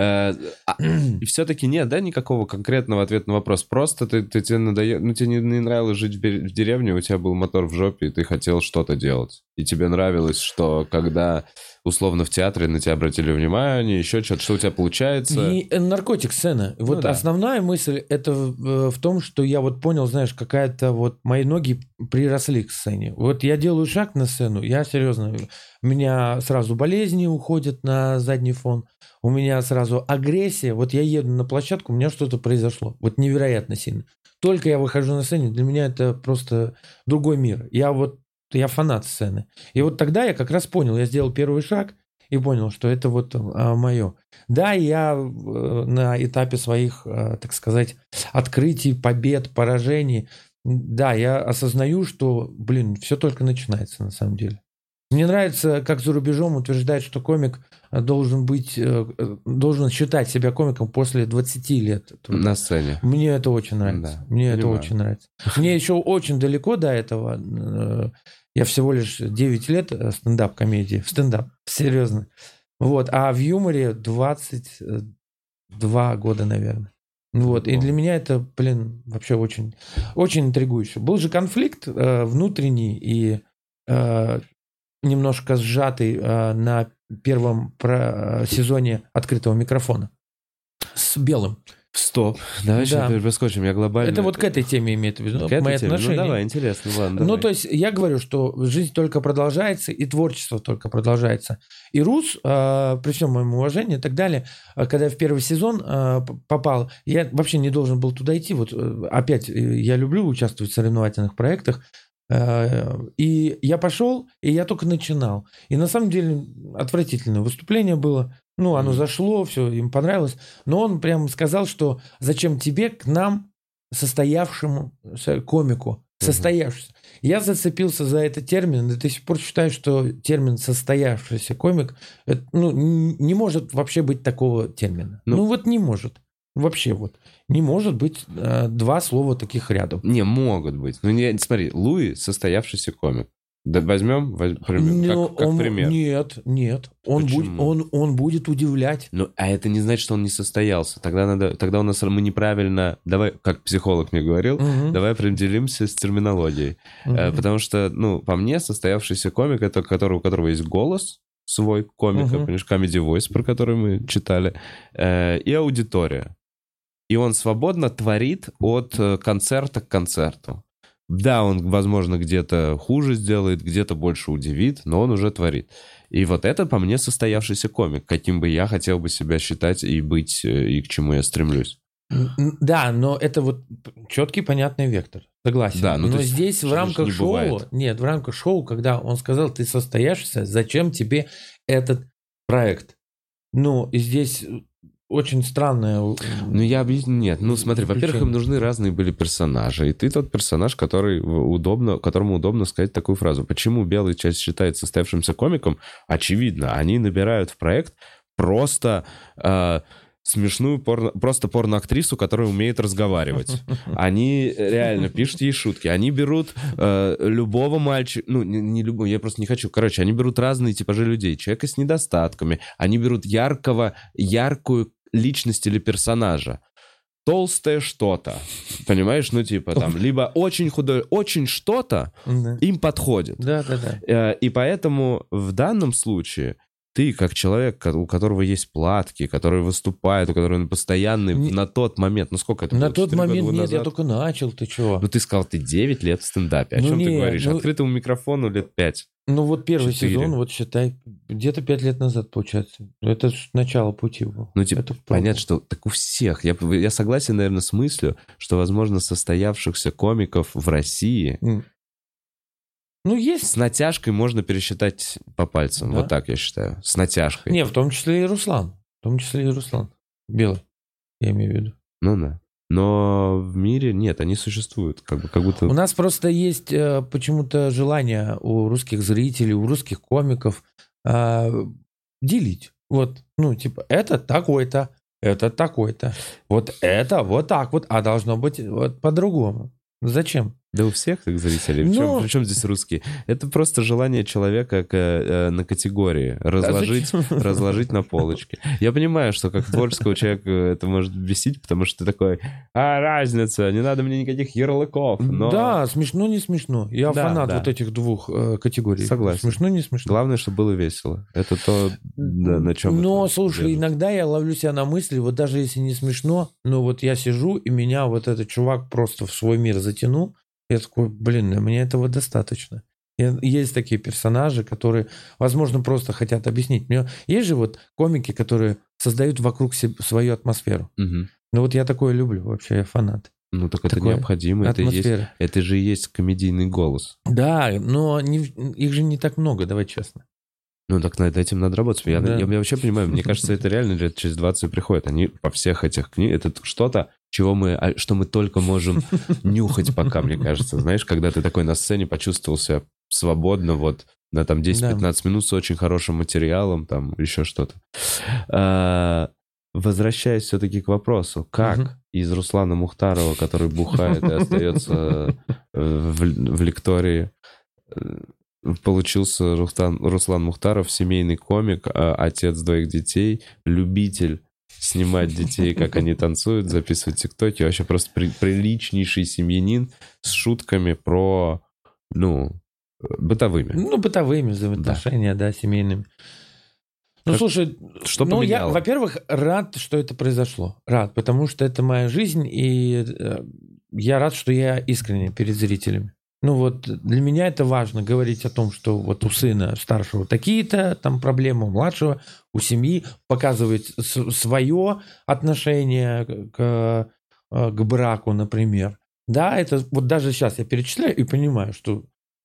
И все-таки нет, да, никакого конкретного ответа на вопрос. Просто ты тебе надоело, ну, тебе не нравилось жить в деревне, у тебя был мотор в жопе, и ты хотел что-то делать. И тебе нравилось, что когда условно в театре на тебя обратили внимание, еще что-то, что у тебя получается. И наркотик сцена. Ну, вот да. Основная мысль это в, в том, что я вот понял, знаешь, какая-то вот мои ноги приросли к сцене. Вот я делаю шаг на сцену, я серьезно, у меня сразу болезни уходят на задний фон, у меня сразу агрессия. Вот я еду на площадку, у меня что-то произошло. Вот невероятно сильно. Только я выхожу на сцену, для меня это просто другой мир. Я вот Я фанат сцены. И вот тогда я как раз понял, я сделал первый шаг и понял, что это вот а, мое. Да, я а, на этапе своих, а, так сказать, открытий, побед, поражений, да, я осознаю, что, блин, все только начинается на самом деле. Мне нравится, как за рубежом утверждают, что комик должен быть, должен считать себя комиком после двадцати лет. На сцене. Мне это очень нравится. Да, Мне понимаю. это очень нравится. Мне еще очень далеко до этого. Я всего лишь девять лет стендап-комедии. В стендап. Серьезно. Вот. А в юморе двадцать два года, наверное. Вот. И для меня это, блин, вообще очень, очень интригующе. Был же конфликт э, внутренний и э, немножко сжатый э, на первом про, э, сезоне «Открытого микрофона» с Белым. Стоп. Давай да. сейчас проскочим, я глобально... Это вот к этой теме имеет в виду, к мои теме? отношения. Ну давай, интересно, ладно. Ну давай. то есть я говорю, что жизнь только продолжается, и творчество только продолжается. И Рус, э, при всем моем уважении и так далее, когда я в первый сезон э, попал, я вообще не должен был туда идти. Вот опять, я люблю участвовать в соревновательных проектах, И я пошел, и я только начинал. И на самом деле отвратительное выступление было. Ну, оно mm-hmm. зашло, все, им понравилось. Но он прям сказал, что зачем тебе к нам, состоявшему комику, состоявшемуся. Mm-hmm. Я зацепился за этот термин, и до сих пор считаю, что термин «состоявшийся комик» это, ну, не может вообще быть такого термина. Ну, ну вот не может. Вообще вот. Не может быть э, два слова таких рядом. Не, могут быть. Ну, не, смотри, Луи — состоявшийся комик. Да, возьмем, возьмем Но как, как он, пример. Нет, нет. Он, будь, он, он будет удивлять. Ну, а это не значит, что он не состоялся. Тогда, надо, тогда у нас мы неправильно... Давай, как психолог мне говорил, угу. давай определимся с терминологией. Угу. Э, потому что, ну, по мне, состоявшийся комик — это который, у которого есть голос свой комика, угу. понимаешь, Comedy Voice, про который мы читали, э, и аудитория. И он свободно творит от концерта к концерту. Да, он, возможно, где-то хуже сделает, где-то больше удивит, но он уже творит. И вот это, по мне, состоявшийся комик, каким бы я хотел бы себя считать и быть, и к чему я стремлюсь. Да, но это вот четкий, понятный вектор. Согласен. Да, но есть, здесь в рамках не шоу... Бывает. Нет, в рамках шоу, когда он сказал, ты состоявшийся, зачем тебе этот проект? Ну, и здесь... Очень странное. Ну, я объясню. Нет, ну смотри, во-первых, им нужны разные были персонажи. И ты тот персонаж, который удобно, которому удобно сказать такую фразу. Почему белый часть считается состоявшимся комиком? Очевидно, они набирают в проект просто э, смешную порно, просто порноактрису, которая умеет разговаривать. Они реально пишут ей шутки. Они берут э, любого мальчика, ну, не, не любого, я просто не хочу. Короче, они берут разные типажи людей. Человека с недостатками. Они берут яркого, яркую личность или персонажа. Толстое что-то. Понимаешь? Ну, типа там, либо очень худое, очень что-то да. им подходит. Да, да, да. И поэтому в данном случае ты, как человек, у которого есть платки, который выступает, у которого он постоянный не... на тот момент, ну сколько это на было? На тот момент нет, я только начал, ты чего? Ну ты сказал, ты девять лет в стендапе. О ну, чем нет, ты говоришь? Ну... Открытому микрофону лет пять. Ну вот первый четыре. Сезон, вот считай, где-то пять лет назад, получается. Это начало пути было. Ну типа, понятно, что так у всех. Я, я согласен, наверное, с мыслью, что, возможно, состоявшихся комиков в России... Mm. Ну, есть. С натяжкой можно пересчитать по пальцам. Да? Вот так я считаю. С натяжкой. Не, в том числе и Руслан. В том числе и Руслан. Белый, я имею в виду. Ну да. Но в мире нет, они существуют. Как бы, как будто... У нас просто есть э, почему-то желание у русских зрителей, у русских комиков э, делить. Вот, ну, типа, это такой-то, это такой-то. Вот это вот так вот, а должно быть вот по-другому. Зачем? Да у всех так зрителей. Но... Причем, причем здесь русские? Это просто желание человека к, э, на категории. Разложить, а разложить на полочке. Я понимаю, что как творческого человека это может бесить, потому что ты такой, а, разница, не надо мне никаких ярлыков. Но... Да, смешно, не смешно. Я да, фанат да. вот этих двух э, категорий. Согласен. Смешно, не смешно. Главное, чтобы было весело. Это то, да, на чем... Но, слушай, держит. Иногда я ловлю себя на мысли, вот даже если не смешно, но вот я сижу, и меня вот этот чувак просто в свой мир затянул. Я такой, блин, мне этого достаточно. Есть такие персонажи, которые, возможно, просто хотят объяснить. Мне есть же вот комики, которые создают вокруг себя свою атмосферу. Угу. Ну вот я такое люблю, вообще я фанат. Ну так это необходимо, это, есть, это же и есть комедийный голос. Да, но не, их же не так много, давай честно. Ну так над этим надо работать. Я, да. я, я вообще понимаю, мне кажется, это реально лет через двадцать приходит. Они по всех этих книгах, это что-то, чего мы, что мы только можем нюхать пока, мне кажется. Знаешь, когда ты такой на сцене почувствовал себя свободно, вот на там десять-пятнадцать да. минут с очень хорошим материалом, там еще что-то. А, возвращаясь все-таки к вопросу, как угу. из Руслана Мухтарова, который бухает и остается в, в лектории, получился Руслан, Руслан Мухтаров, семейный комик, отец двоих детей, любитель снимать детей, как они танцуют, записывать тиктоки, вообще просто при, приличнейший семьянин с шутками про, ну, бытовыми. Ну, бытовыми взаимоотношения, да, да семейными. Ну, как, слушай, что ну, поменяло? Я, во-первых, рад, что это произошло. Рад, потому что это моя жизнь, и я рад, что я искренне перед зрителями. Ну вот для меня это важно говорить о том, что вот у сына старшего такие-то там проблемы, у младшего, у семьи, показывать свое отношение к, к браку, например. Да, это вот даже сейчас я перечисляю и понимаю, что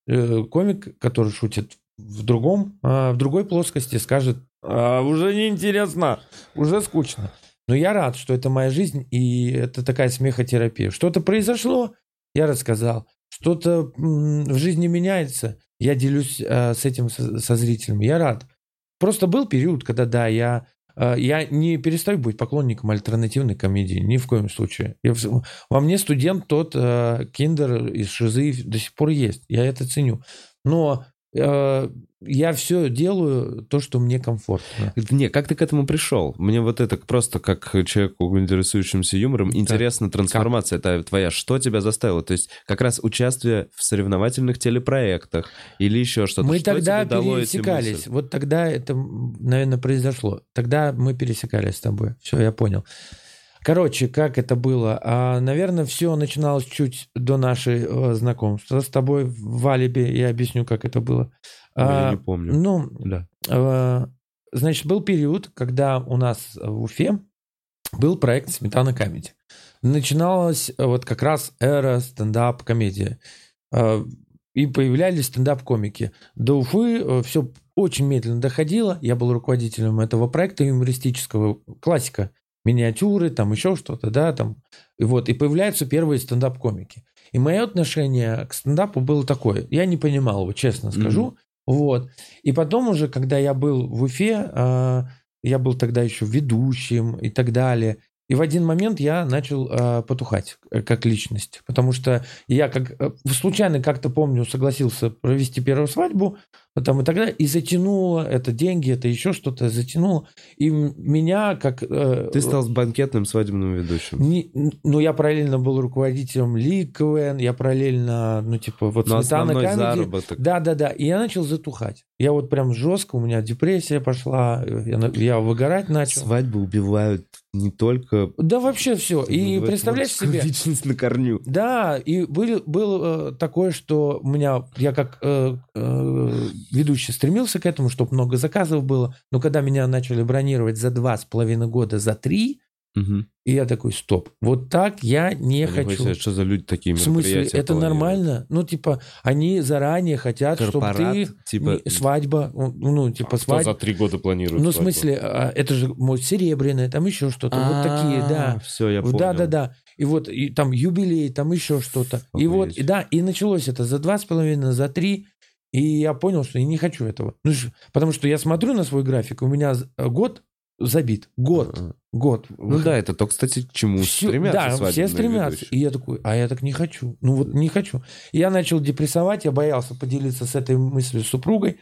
э, комик, который шутит в другом, э, в другой плоскости, скажет, а, уже неинтересно, уже скучно. Но я рад, что это моя жизнь, и это такая смехотерапия. Что-то произошло, я рассказал. Что-то м, в жизни меняется, я делюсь э, с этим со, со зрителями. Я рад. Просто был период, когда, да, я, э, я не перестаю быть поклонником альтернативной комедии, ни в коем случае. Я, во мне студент тот, э, Киндер из Шизы до сих пор есть, я это ценю. Но э, я все делаю то, что мне комфортно. Не, как ты к этому пришел? Мне вот это просто как человеку, интересующемуся юмором, как? Интересна трансформация это твоя. Что тебя заставило? То есть как раз участие в соревновательных телепроектах или еще что-то? Мы что тогда тебе дало пересекались. Вот тогда это, наверное, произошло. Тогда мы пересекались с тобой. Все, я понял. Короче, как это было? А, наверное, все начиналось чуть до нашего знакомства с тобой в Алибе. Я объясню, как это было. Ну, а, я не помню. Ну, да. а, значит, был период, когда у нас в Уфе был проект «Сметана Камеди». Начиналась вот как раз эра стендап-комедии. А, и появлялись стендап-комики. До Уфы все очень медленно доходило. Я был руководителем этого проекта юмористического, классика. Миниатюры, там еще что-то, да, там. И вот, и появляются первые стендап-комики. И мое отношение к стендапу было такое. Я не понимал его, честно скажу. Mm-hmm. Вот. И потом уже, когда я был в Уфе, э, я был тогда еще ведущим и так далее. И в один момент я начал э, потухать как личность. Потому что я как э, случайно как-то помню согласился провести первую свадьбу, потом и тогда, и затянуло это деньги, это еще что-то затянуло. И меня как... Э, Ты стал банкетным свадебным ведущим. Не, ну, я параллельно был руководителем Лиг КВН, я параллельно, ну, типа, вот Сметана Камеди. Заработок. Да-да-да, и я начал затухать. Я вот прям жестко, у меня депрессия пошла, я, я выгорать начал. Свадьбы убивают не только... Да вообще все. И ну, представляешь себе... Личность на корню. Да, и был, был э, такое, что у меня, я как э, э, ведущий стремился к этому, чтобы много заказов было, но когда меня начали бронировать за два с половиной года, за три, угу. И я такой, стоп, вот так я не они хочу. Мыслят, что за люди такие мероприятия? В смысле, это планируют? Нормально? Ну, типа, они заранее хотят, корпорат, чтобы ты... Типа... Не, свадьба, ну, типа, а свадьба. Кто за три года планирует Ну, свадьбу? В смысле, это же, может, серебряное, там еще что-то. Вот такие, да. Все, я понял. Да-да-да. И вот и там юбилей, там еще что-то. И вот, и, да, и началось это за два с половиной, за три. И я понял, что я не хочу этого. Ну, потому что я смотрю на свой график, у меня год забит. Год. Uh-huh. Год. Ну да, это то, кстати, к чему все, стремятся. Да, все стремятся. Ведущие. И я такой, а я так не хочу. Ну вот не хочу. И я начал депрессовать, я боялся поделиться с этой мыслью с супругой,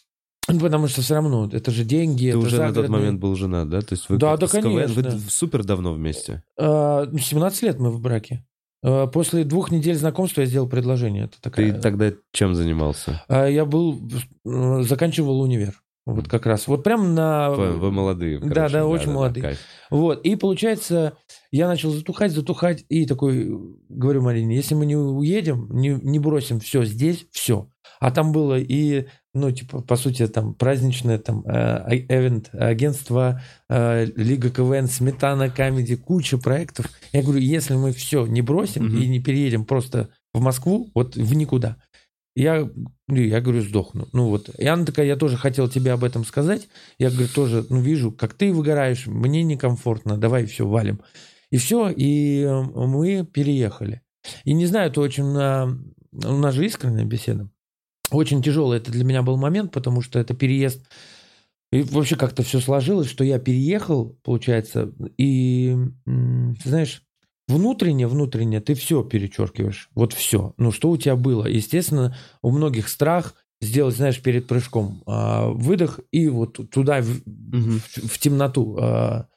потому что все равно это же деньги. Ты это уже загородные... на тот момент был женат, да? То есть вы да, да, конечно. Вы супер давно вместе? семнадцать лет мы в браке. После двух недель знакомства я сделал предложение. Это такая... Ты тогда чем занимался? Я был, заканчивал универ. Вот как раз. Вот прям на... Вы, вы молодые. Да, короче, да, да, очень да, молодые. Да, вот. И получается, я начал затухать, затухать. И такой говорю Марине, если мы не уедем, не, не бросим все здесь, все. А там было и, ну, типа, по сути, там праздничное там эвент, агентство, э, Лига КВН, Сметана Камеди, куча проектов. Я говорю, если мы все не бросим mm-hmm. и не переедем просто в Москву, вот в никуда, я, я говорю, сдохну. Ну вот. И она такая, я тоже хотел тебе об этом сказать. Я говорю, тоже, ну вижу, как ты выгораешь, мне некомфортно, давай все, валим. И все, и мы переехали. И не знаю, это очень... У нас же искренняя беседа. Очень тяжелый это для меня был момент, потому что это переезд... И вообще как-то все сложилось, что я переехал, получается, и, ты знаешь... Внутренне, внутренне ты все перечеркиваешь. Вот все. Ну, что у тебя было? Естественно, у многих страх сделать, знаешь, перед прыжком э, выдох и вот туда, в, угу. в, в темноту э,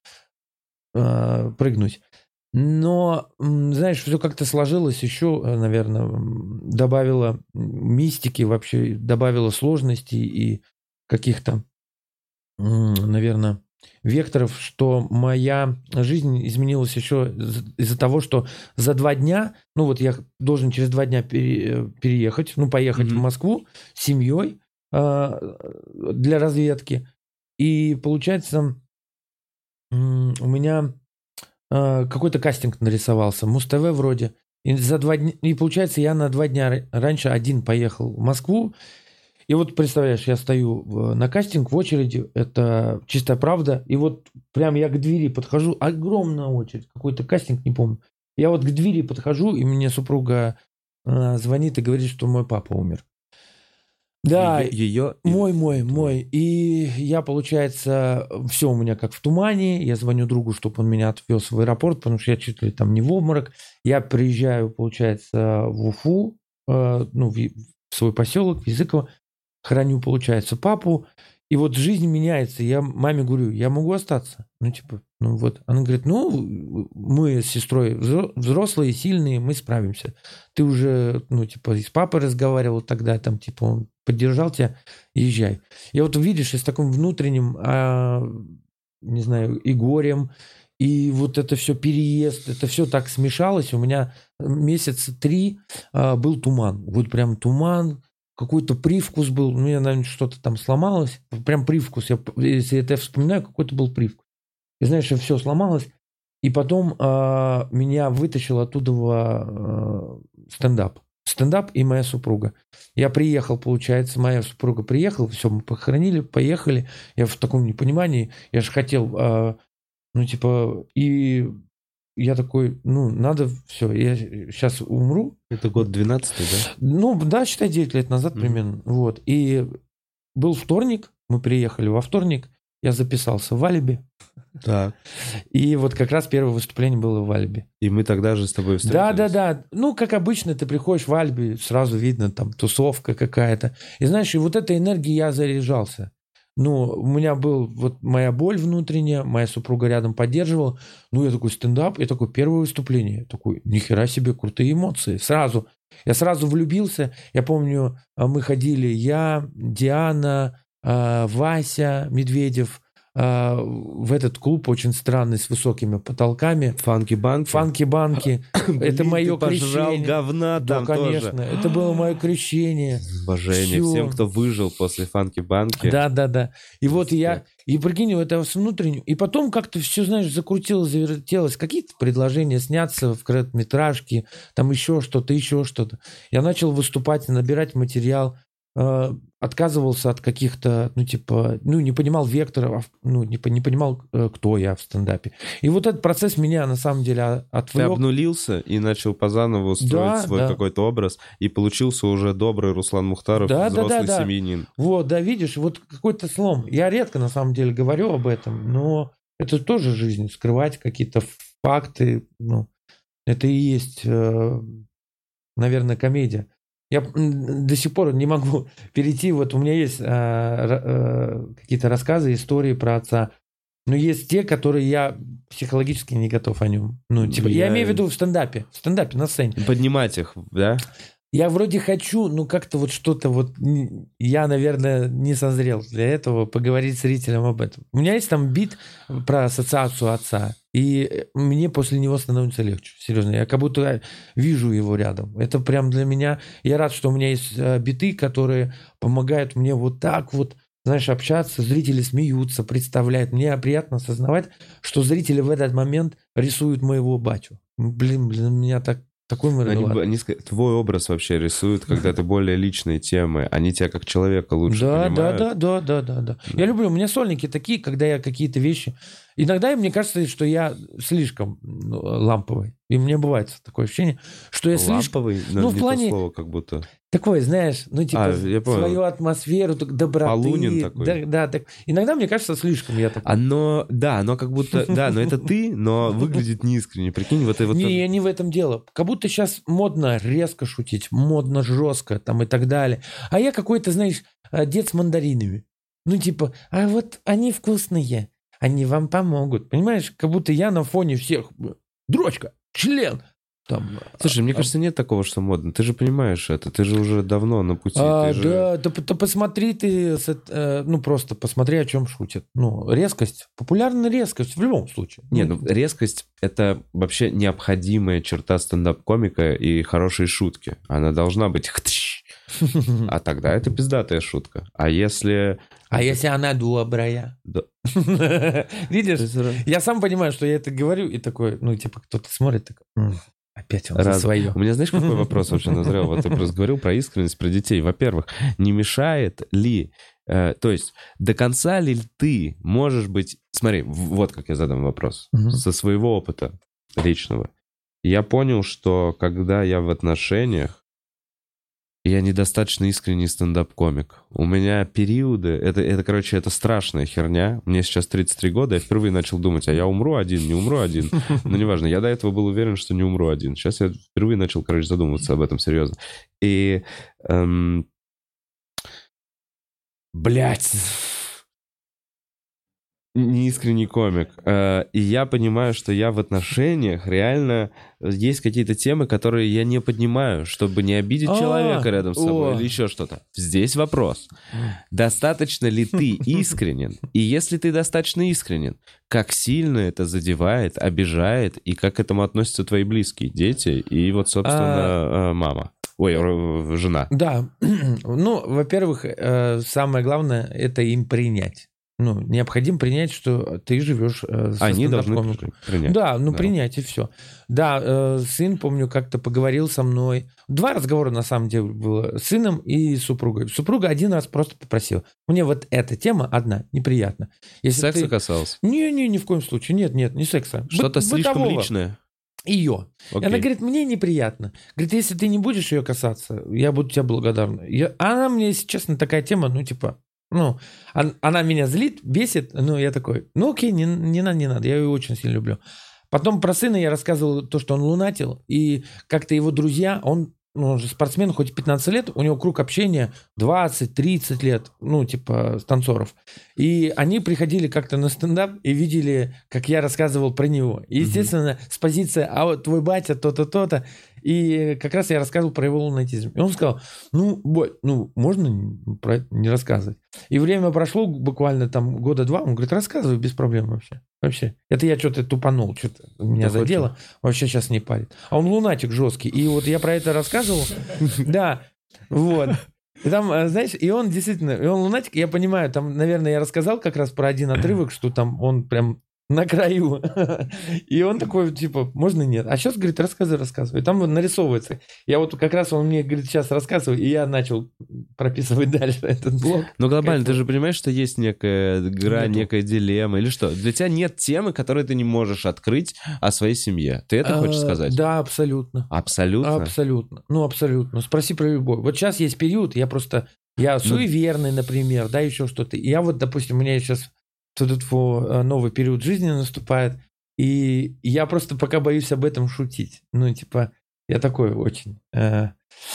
э, прыгнуть. Но, знаешь, все как-то сложилось еще, наверное, добавило мистики вообще, добавило сложностей и каких-то, наверное... векторов, что моя жизнь изменилась еще из-за того, что за два дня, ну вот я должен через два дня пере, переехать, ну поехать mm-hmm. в Москву с семьей э, для разведки. И получается, э, у меня э, какой-то кастинг нарисовался, Муз-ТВ вроде. И, за два дня, и получается, я на два дня раньше один поехал в Москву. И вот, представляешь, я стою на кастинг в очереди, это чистая правда. И вот прям я к двери подхожу, огромная очередь, какой-то кастинг, не помню. Я вот к двери подхожу, и мне супруга э, звонит и говорит, что мой папа умер. Да, ее, ее... мой, мой, мой. И я, получается, все у меня как в тумане. Я звоню другу, чтобы он меня отвез в аэропорт, потому что я чуть ли там не в обморок. Я приезжаю, получается, в Уфу, э, ну, в, в свой поселок, в Языково, храню, получается, папу. И вот жизнь меняется. Я маме говорю, я могу остаться. Ну, типа, ну вот. Она говорит, ну, мы с сестрой взрослые, сильные, мы справимся. Ты уже, ну, типа, с папой разговаривал тогда, там, типа, он поддержал тебя, езжай. Я вот, видишь, и с таким внутренним, а, не знаю, и горем, и вот это все переезд, это все так смешалось. У меня месяца три а, был туман. Вот прям туман, какой-то привкус был, ну, я, наверное, что-то там сломалось. Прям привкус, я, если это я вспоминаю, какой-то был привкус. И знаешь, все сломалось. И потом э, меня вытащил оттуда э, стендап. Стендап и моя супруга. Я приехал, получается, моя супруга приехала, все, мы похоронили, поехали. Я в таком непонимании, я же хотел, э, ну, типа, и... Я такой, ну, надо, все, я сейчас умру. Это год двенадцатый, да? Ну, да, считай, девять лет назад mm-hmm. примерно. Вот. И был вторник, мы приехали во вторник, я записался в Алибе. Так. И вот как раз первое выступление было в Алибе. И мы тогда же с тобой встретились? Да, да, да. Ну, как обычно, ты приходишь в Алибе, сразу видно, там, тусовка какая-то. И знаешь, и вот этой энергией я заряжался. Ну, у меня был вот моя боль внутренняя, моя супруга рядом поддерживала. Ну, я такой стендап, я такой первое выступление. Я такой, нихера себе, крутые эмоции. Сразу. Я сразу влюбился. Я помню, мы ходили, я, Диана, Вася Медведев, в этот клуб очень странный, с высокими потолками. Фанки-банки? Фанки-банки. Это мое крещение. Говна да, там конечно. тоже. Это было мое крещение. Обожение всем, кто выжил после Фанки-банки. Да, да, да. И вот я... И прикинь, это с внутренним. И потом как-то все, знаешь, закрутилось, завертелось. Какие-то предложения сняться в короткометражке, там еще что-то, еще что-то. Я начал выступать, набирать материал. Отказывался от каких-то, ну, типа, ну, не понимал векторов, ну, не, не понимал, кто я в стендапе. И вот этот процесс меня, на самом деле, отвлек. Ты обнулился и начал по заново строить да, свой да. какой-то образ, и получился уже добрый Руслан Мухтаров, да, взрослый да, да, семьянин. Да. Вот, да, видишь, вот какой-то слом. Я редко, на самом деле, говорю об этом, но это тоже жизнь, скрывать какие-то факты, ну, это и есть, наверное, комедия. Я до сих пор не могу перейти, вот у меня есть а, а, какие-то рассказы, истории про отца, но есть те, которые я психологически не готов о нем. Ну, типа, я... я имею в виду в стендапе, в стендапе на сцене. Поднимать их, да? Я вроде хочу, но как-то вот что-то вот... Я, наверное, не созрел для этого, поговорить с зрителем об этом. У меня есть там бит про ассоциацию отца, и мне после него становится легче. Серьезно, я как будто вижу его рядом. Это прям для меня... Я рад, что у меня есть биты, которые помогают мне вот так вот, знаешь, общаться. Зрители смеются, представляют. Мне приятно осознавать, что зрители в этот момент рисуют моего батю. Блин, блин, меня так... Такой они, они, твой образ вообще рисуют, когда это более личные темы, они тебя как человека лучше да, понимают. Да, да, да, да, да, да. Я люблю, у меня сольники такие, когда я какие-то вещи... Иногда мне кажется, что я слишком ламповый. И мне бывает такое ощущение, что я ламповый? слишком... Ну, в плане... слово как будто... Такое, знаешь, ну, типа, а, свою атмосферу, доброты. Полунин такой. Да, да, так. Иногда, мне кажется, слишком я такой. Оно, да, оно как будто, да, но это ты, но выглядит неискренне. Прикинь, вот это вот... Не, не в этом дело. Как будто сейчас модно резко шутить, модно жестко там и так далее. А я какой-то, знаешь, дед с мандаринами. Ну, типа, а вот они вкусные, они вам помогут. Понимаешь, как будто я на фоне всех... Дрочка, член... Там, Слушай, мне а, кажется, нет такого, что модно. Ты же понимаешь это, ты же уже давно на пути. А, ты да, же... да, да, посмотри ты, ну просто посмотри, о чем шутят. Ну, резкость, популярная резкость в любом случае. Не, ну резкость — это вообще необходимая черта стендап-комика и хорошей шутки. Она должна быть... А тогда это пиздатая шутка. А если... А если она добрая? Да. Видишь? Я сам понимаю, что я это говорю, и такой, ну, типа, кто-то смотрит, такой... Опять он Раз... за свое. У меня, знаешь, какой вопрос вообще назрел? Вот ты просто говорил про искренность, про детей. Во-первых, не мешает ли... Э, то есть до конца ли ты можешь быть... Смотри, вот как я задам вопрос. Угу. Со своего опыта личного. Я понял, что когда я в отношениях, я недостаточно искренний стендап-комик. У меня периоды... Это, это, короче, это страшная херня. Мне сейчас тридцать три года, я впервые начал думать, а я умру один, не умру один. Но неважно, я до этого был уверен, что не умру один. Сейчас я впервые начал, короче, задумываться об этом серьезно. И... Эм... Блять... Неискренний комик. И я понимаю, что я в отношениях реально... Есть какие-то темы, которые я не поднимаю, чтобы не обидеть человека рядом с собой или еще что-то. Здесь вопрос. Достаточно ли ты искренен? И если ты достаточно искренен, как сильно это задевает, обижает, и как к этому относятся твои близкие, дети и вот, собственно, мама? Ой, жена. Да. Ну, во-первых, самое главное — это им принять. Ну, необходимо принять, что ты живешь э, со Они должны принять. Да, ну да. принять и все. Да, э, сын, помню, как-то поговорил со мной. Два разговора, на самом деле, было с сыном и супругой. Супруга один раз просто попросила. Мне вот эта тема одна неприятна. Если Секса ты... касалось? Не-не, ни в коем случае. Нет, нет, не секса. Что-то Бы- слишком бытового. личное? Ее. Окей. Она говорит, мне неприятно. Говорит, если ты не будешь ее касаться, я буду тебе благодарна. Я... Она мне, если честно, такая тема, ну, типа... Ну, она меня злит, бесит, ну, я такой, ну, окей, не, не надо, не надо, я ее очень сильно люблю. Потом про сына я рассказывал то, что он лунатил, и как-то его друзья, он, ну, он же спортсмен, хоть пятнадцать лет, у него круг общения двадцать-тридцать лет, ну, типа, с танцоров. И они приходили как-то на стендап и видели, как я рассказывал про него. И, естественно, mm-hmm. с позиции, а вот твой батя то-то, то-то, и как раз я рассказывал про его лунатизм. И он сказал, ну, бой, ну, можно про это не рассказывать. И время прошло буквально там года два, он говорит, рассказывай без проблем вообще. Вообще. Это я что-то тупанул, что-то меня да задело. Хочешь? Вообще сейчас не парит. А он лунатик жесткий. И вот я про это рассказывал. Да, вот. И там, знаешь, и он действительно, и он лунатик, я понимаю, там, наверное, я рассказал как раз про один отрывок, что там он прям на краю. И он такой, типа, можно нет? А сейчас, говорит, рассказывай, рассказывай. Там вот нарисовывается. Я вот как раз он мне, говорит, сейчас рассказывай, и я начал прописывать дальше этот блок. Но глобально, ты же понимаешь, что есть некая грань, Нету. некая дилемма, или что? Для тебя нет темы, которую ты не можешь открыть о своей семье. Ты это а, хочешь сказать? Да, абсолютно. Абсолютно? Абсолютно. Ну, абсолютно. Спроси про любовь. Вот сейчас есть период, я просто... Я суеверный, например, да, еще что-то. И я вот, допустим, у меня сейчас... Тут новый период жизни наступает, и я просто пока боюсь об этом шутить. Ну, типа, я такой очень... Э,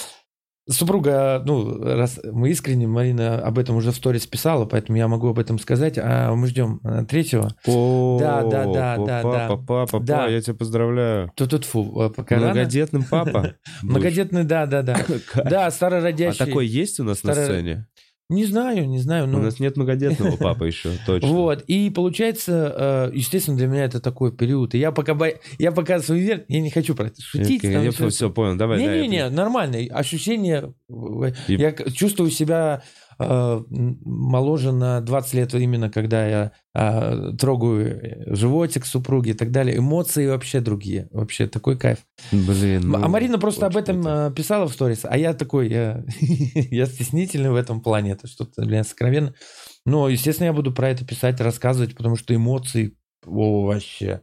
супруга, ну, раз мы искренне, Марина об этом уже в сторис писала, поэтому я могу об этом сказать, а мы ждем третьего. О, да, да, да, папа, да, да. Папа, папа, да. я тебя поздравляю. Тут-тут-фу, пока Многодетным папа? Многодетный, да, да, да. Да, старородящий. А такой есть у нас на сцене? Не знаю, не знаю. Но... У нас нет многодетного папы еще, точно. Вот, и получается, естественно, для меня это такой период. И я пока, бо... я пока суеверен, я не хочу про это шутить. Я все, все понял, давай. Не-не-не, нормально. Ощущение, и... я чувствую себя э, моложе на двадцать лет именно, когда я э, трогаю животик супруги и так далее. Эмоции вообще другие. Вообще такой кайф. Блин. Ну, а Марина просто об этом это. писала в сторис, а я такой, я, я стеснительный в этом плане. Это что-то для меня сокровенно. Но, естественно, я буду про это писать, рассказывать, потому что эмоции, о, вообще...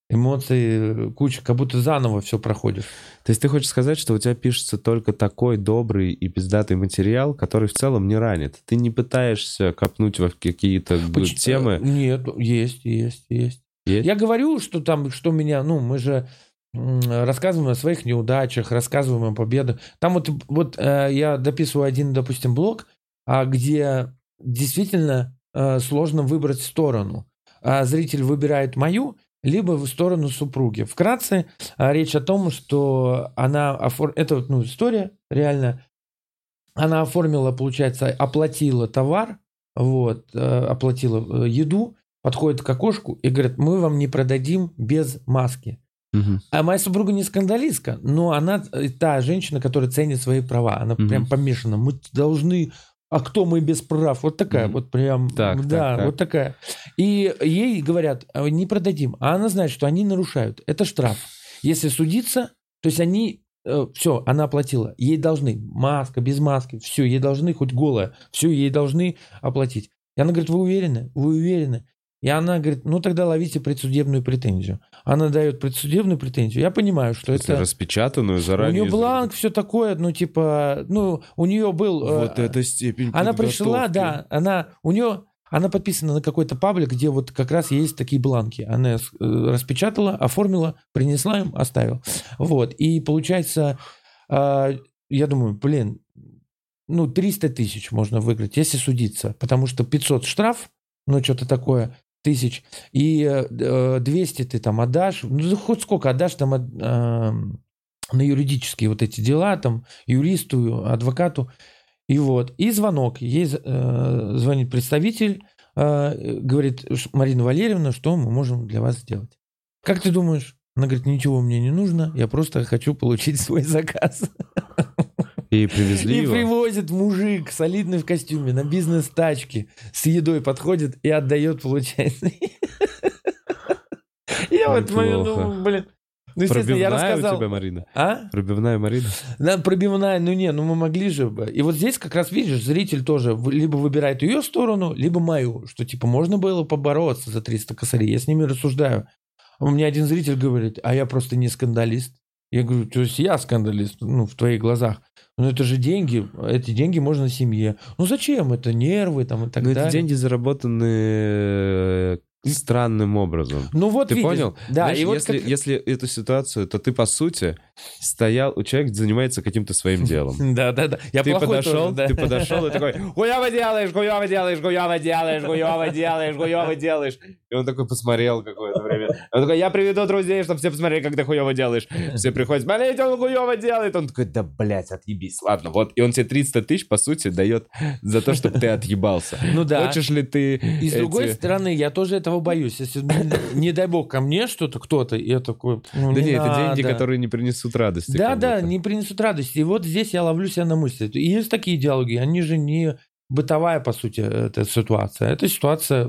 Эмоции куча, как будто заново все проходишь. То есть ты хочешь сказать, что у тебя пишется только такой добрый и пиздатый материал, который в целом не ранит? Ты не пытаешься копнуть во какие-то Поч- темы? Нет, есть, есть, есть, есть. Я говорю, что там, что меня, ну, мы же рассказываем о своих неудачах, рассказываем о победах. Там вот, вот я дописываю один, допустим, блог, где действительно сложно выбрать сторону. Зритель выбирает мою, либо в сторону супруги. Вкратце, речь о том, что она оформ... это ну, история реально. Она оформила, получается, оплатила товар, вот, оплатила еду, подходит к окошку и говорит, мы вам не продадим без маски. Угу. А моя супруга не скандалистка, но она та женщина, которая ценит свои права. Она угу. прям помешана. Мы должны... А кто мы без прав? Вот такая, mm. вот прям, так, да, так, так. вот такая. И ей говорят, не продадим. А она знает, что они нарушают. Это штраф. Если судиться, То есть они, э, все, она оплатила. Ей должны маска, без маски, все, ей должны хоть голая, все, ей должны оплатить. И она говорит, вы уверены? Вы уверены? И она говорит, ну тогда ловите предсудебную претензию. Она дает предсудебную претензию. Я понимаю, что это... Распечатанную заранее. У нее бланк, все такое, ну типа, ну у нее был... Вот э, эта степень Она подготовки. пришла, да, она, у нее... Она подписана на какой-то паблик, где вот как раз есть такие бланки. Она распечатала, оформила, принесла им, оставила. Вот. И получается, я думаю, блин, ну триста тысяч можно выиграть, если судиться. Потому что пятьсот штраф, ну что-то такое, тысяч. И двести ты там отдашь. Ну хоть сколько отдашь там на юридические вот эти дела, там юристу, адвокату. И вот, и звонок. Ей э, звонит представитель, э, говорит, Марина Валерьевна, что мы можем для вас сделать? Как ты думаешь? Она говорит, ничего мне не нужно, я просто хочу получить свой заказ. И привезли И его? привозит мужик, солидный в костюме, на бизнес-тачке, с едой подходит и отдает, получается. Я вот думаю, блин. Ну, естественно, я рассказал... у тебя, Марина? А? Пробивная Марина? Да, пробивная, ну не, ну мы могли же. И вот здесь как раз, видишь, зритель тоже либо выбирает ее сторону, либо мою, что типа можно было побороться за триста косарей. Я с ними рассуждаю. У меня один зритель говорит, а я просто не скандалист. Я говорю, то есть я скандалист, ну, в твоих глазах. Но это же деньги, эти деньги можно семье. Ну зачем? Это нервы там и так Но далее. эти деньги заработаны странным образом. Ну вот ты видишь, понял? Да, Знаешь, и вот если, как... если эту ситуацию, то ты, по сути, стоял, человек занимается каким-то своим делом. Да-да-да. Я Ты подошел, тоже, да. ты подошел и такой, хуёво делаешь, хуёво делаешь, хуёво делаешь, хуёво делаешь, хуёво делаешь. И он такой посмотрел какое-то время. Он такой, я приведу друзей, чтобы все посмотрели, как ты хуёво делаешь. Все приходят, смотрите, он хуёво делает. Он такой, да, блядь, отъебись. Ладно, вот. И он тебе триста тысяч, по сути, дает за то, чтобы ты отъебался. Ну да. Хочешь ли ты... И с другой стороны, я тоже этого боюсь. Если, не дай бог, ко мне что-то, кто-то, я такой... Ну, да не нет, это надо. деньги, которые не принесут радости. Да, да, не принесут радости. И вот здесь я ловлю себя на мысли. И есть такие диалоги, они же не бытовая, по сути, эта ситуация. Это ситуация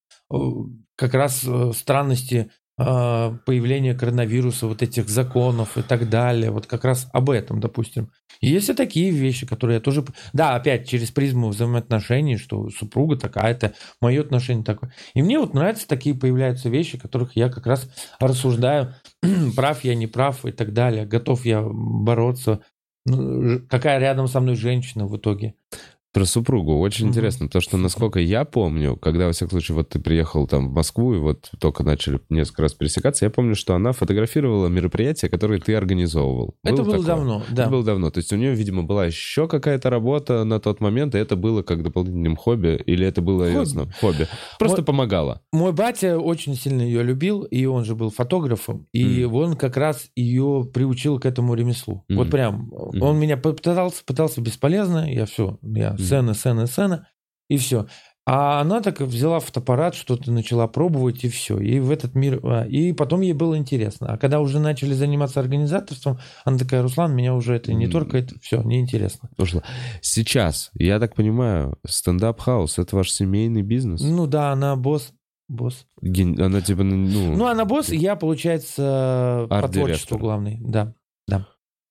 как раз странности появления коронавируса, вот этих законов и так далее. Вот как раз об этом, допустим. И есть и такие вещи, которые я тоже... Да, опять через призму взаимоотношений, что супруга такая-то, мое отношение такое. И мне вот нравятся такие появляются вещи, которых я как раз рассуждаю, прав я, не прав и так далее. Готов я бороться. Ну, какая рядом со мной женщина в итоге. Про супругу очень mm-hmm. интересно, потому что, насколько я помню, когда, во всяком случае, вот ты приехал там в Москву, и вот только начали несколько раз пересекаться, я помню, что она фотографировала мероприятия, которые ты организовывал. Это было, было давно, да. Это было давно. То есть у нее, видимо, была еще какая-то работа на тот момент, и это было как дополнительным хобби, или это было хобби? Ясно, хобби. Просто мой, помогала. Мой батя очень сильно ее любил, и он же был фотографом, и mm. он как раз ее приучил к этому ремеслу. Mm. Вот прям, mm. он меня пытался, пытался бесполезно, я все, я... Сцена, сцена, сцена, и все. А она так взяла фотоаппарат, что-то начала пробовать, и все. И в этот мир... И потом ей было интересно. А когда уже начали заниматься организаторством, она такая, Руслан, меня уже это не только это, все, неинтересно. Сейчас, я так понимаю, стендап-хаус — это ваш семейный бизнес? Ну да, она босс. Босс. Ген... Она типа, ну... Ну, она босс, и я, получается, по творчеству главный. Да, да.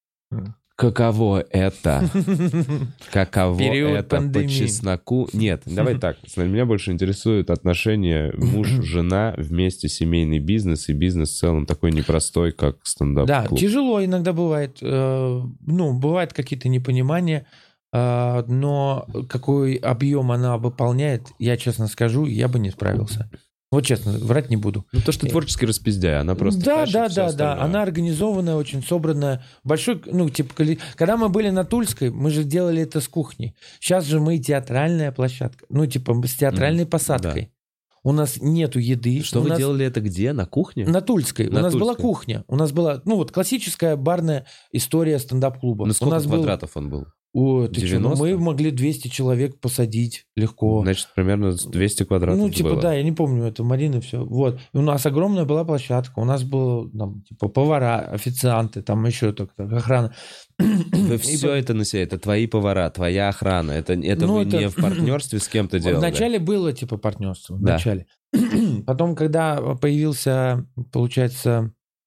Каково это? Каково Период это пандемии. По чесноку? Нет, давай так. Меня больше интересуют отношения муж-жена вместе, семейный бизнес и бизнес в целом такой непростой, как стендап-клуб. Да, тяжело иногда бывает. Ну, бывают какие-то непонимания, но какой объем она выполняет, я честно скажу, я бы не справился. Вот честно, врать не буду. Ну, то, что творчески распиздяй, она просто... Да, да, да, да. Она организованная, очень собранная. Большой, ну, типа, когда мы были на Тульской, мы же делали это с кухни. Сейчас же мы театральная площадка. Ну, типа, с театральной mm-hmm. посадкой. Да. У нас нету еды. Что у вы нас... делали это где? На кухне? На Тульской. На у нас Тульской. была кухня. У нас была, ну, вот классическая барная история стендап-клуба. На сколько у нас квадратов был... он был? О, ты что, ну, мы могли двести человек посадить легко. Значит, примерно двести квадратов Ну, типа, было. да, я не помню, это Марина, все. Вот. И у нас огромная была площадка, у нас был, там, типа, повара, официанты, там еще так-то, охрана. Вы все это на себя, это твои повара, твоя охрана, это, это ну, вы это... не в партнерстве с кем-то делали? Вначале было, типа, партнерство, вначале. Да. Потом, когда появился, получается...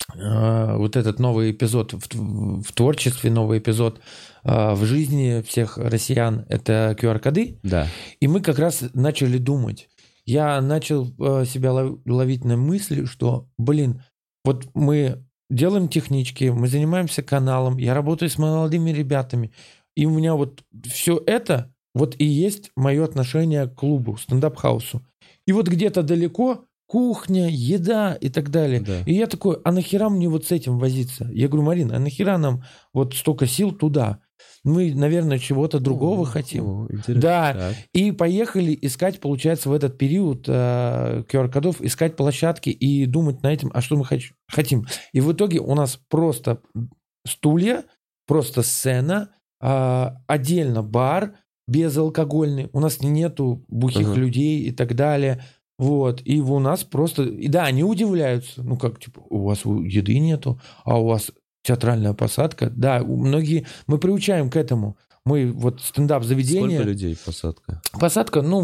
вот этот новый эпизод в, в творчестве, новый эпизод в жизни всех россиян, это ку ар-коды. Да. И мы как раз начали думать. Я начал себя ловить на мысли, что, блин, вот мы делаем технички, мы занимаемся каналом, я работаю с молодыми ребятами, и у меня вот все это вот и есть мое отношение к клубу, стендап-хаусу. И вот где-то далеко кухня, еда и так далее. Да. И я такой, а нахера мне вот с этим возиться? Я говорю, Марина, а нахера нам вот столько сил туда? Мы, наверное, чего-то другого о, хотим. О, интересно. Да, Так. и поехали искать, получается, в этот период э, ку ар-кодов, искать площадки и думать над этим, а что мы хоч- хотим. И в итоге у нас просто стулья, просто сцена, э, отдельно бар безалкогольный, у нас нету бухих Ага. людей и так далее. Вот, и у нас просто... И да, они удивляются. Ну, как, типа, у вас еды нету, а у вас театральная посадка. Да, многие... Мы приучаем к этому. Мы вот стендап-заведение... Сколько людей посадка? Посадка, ну,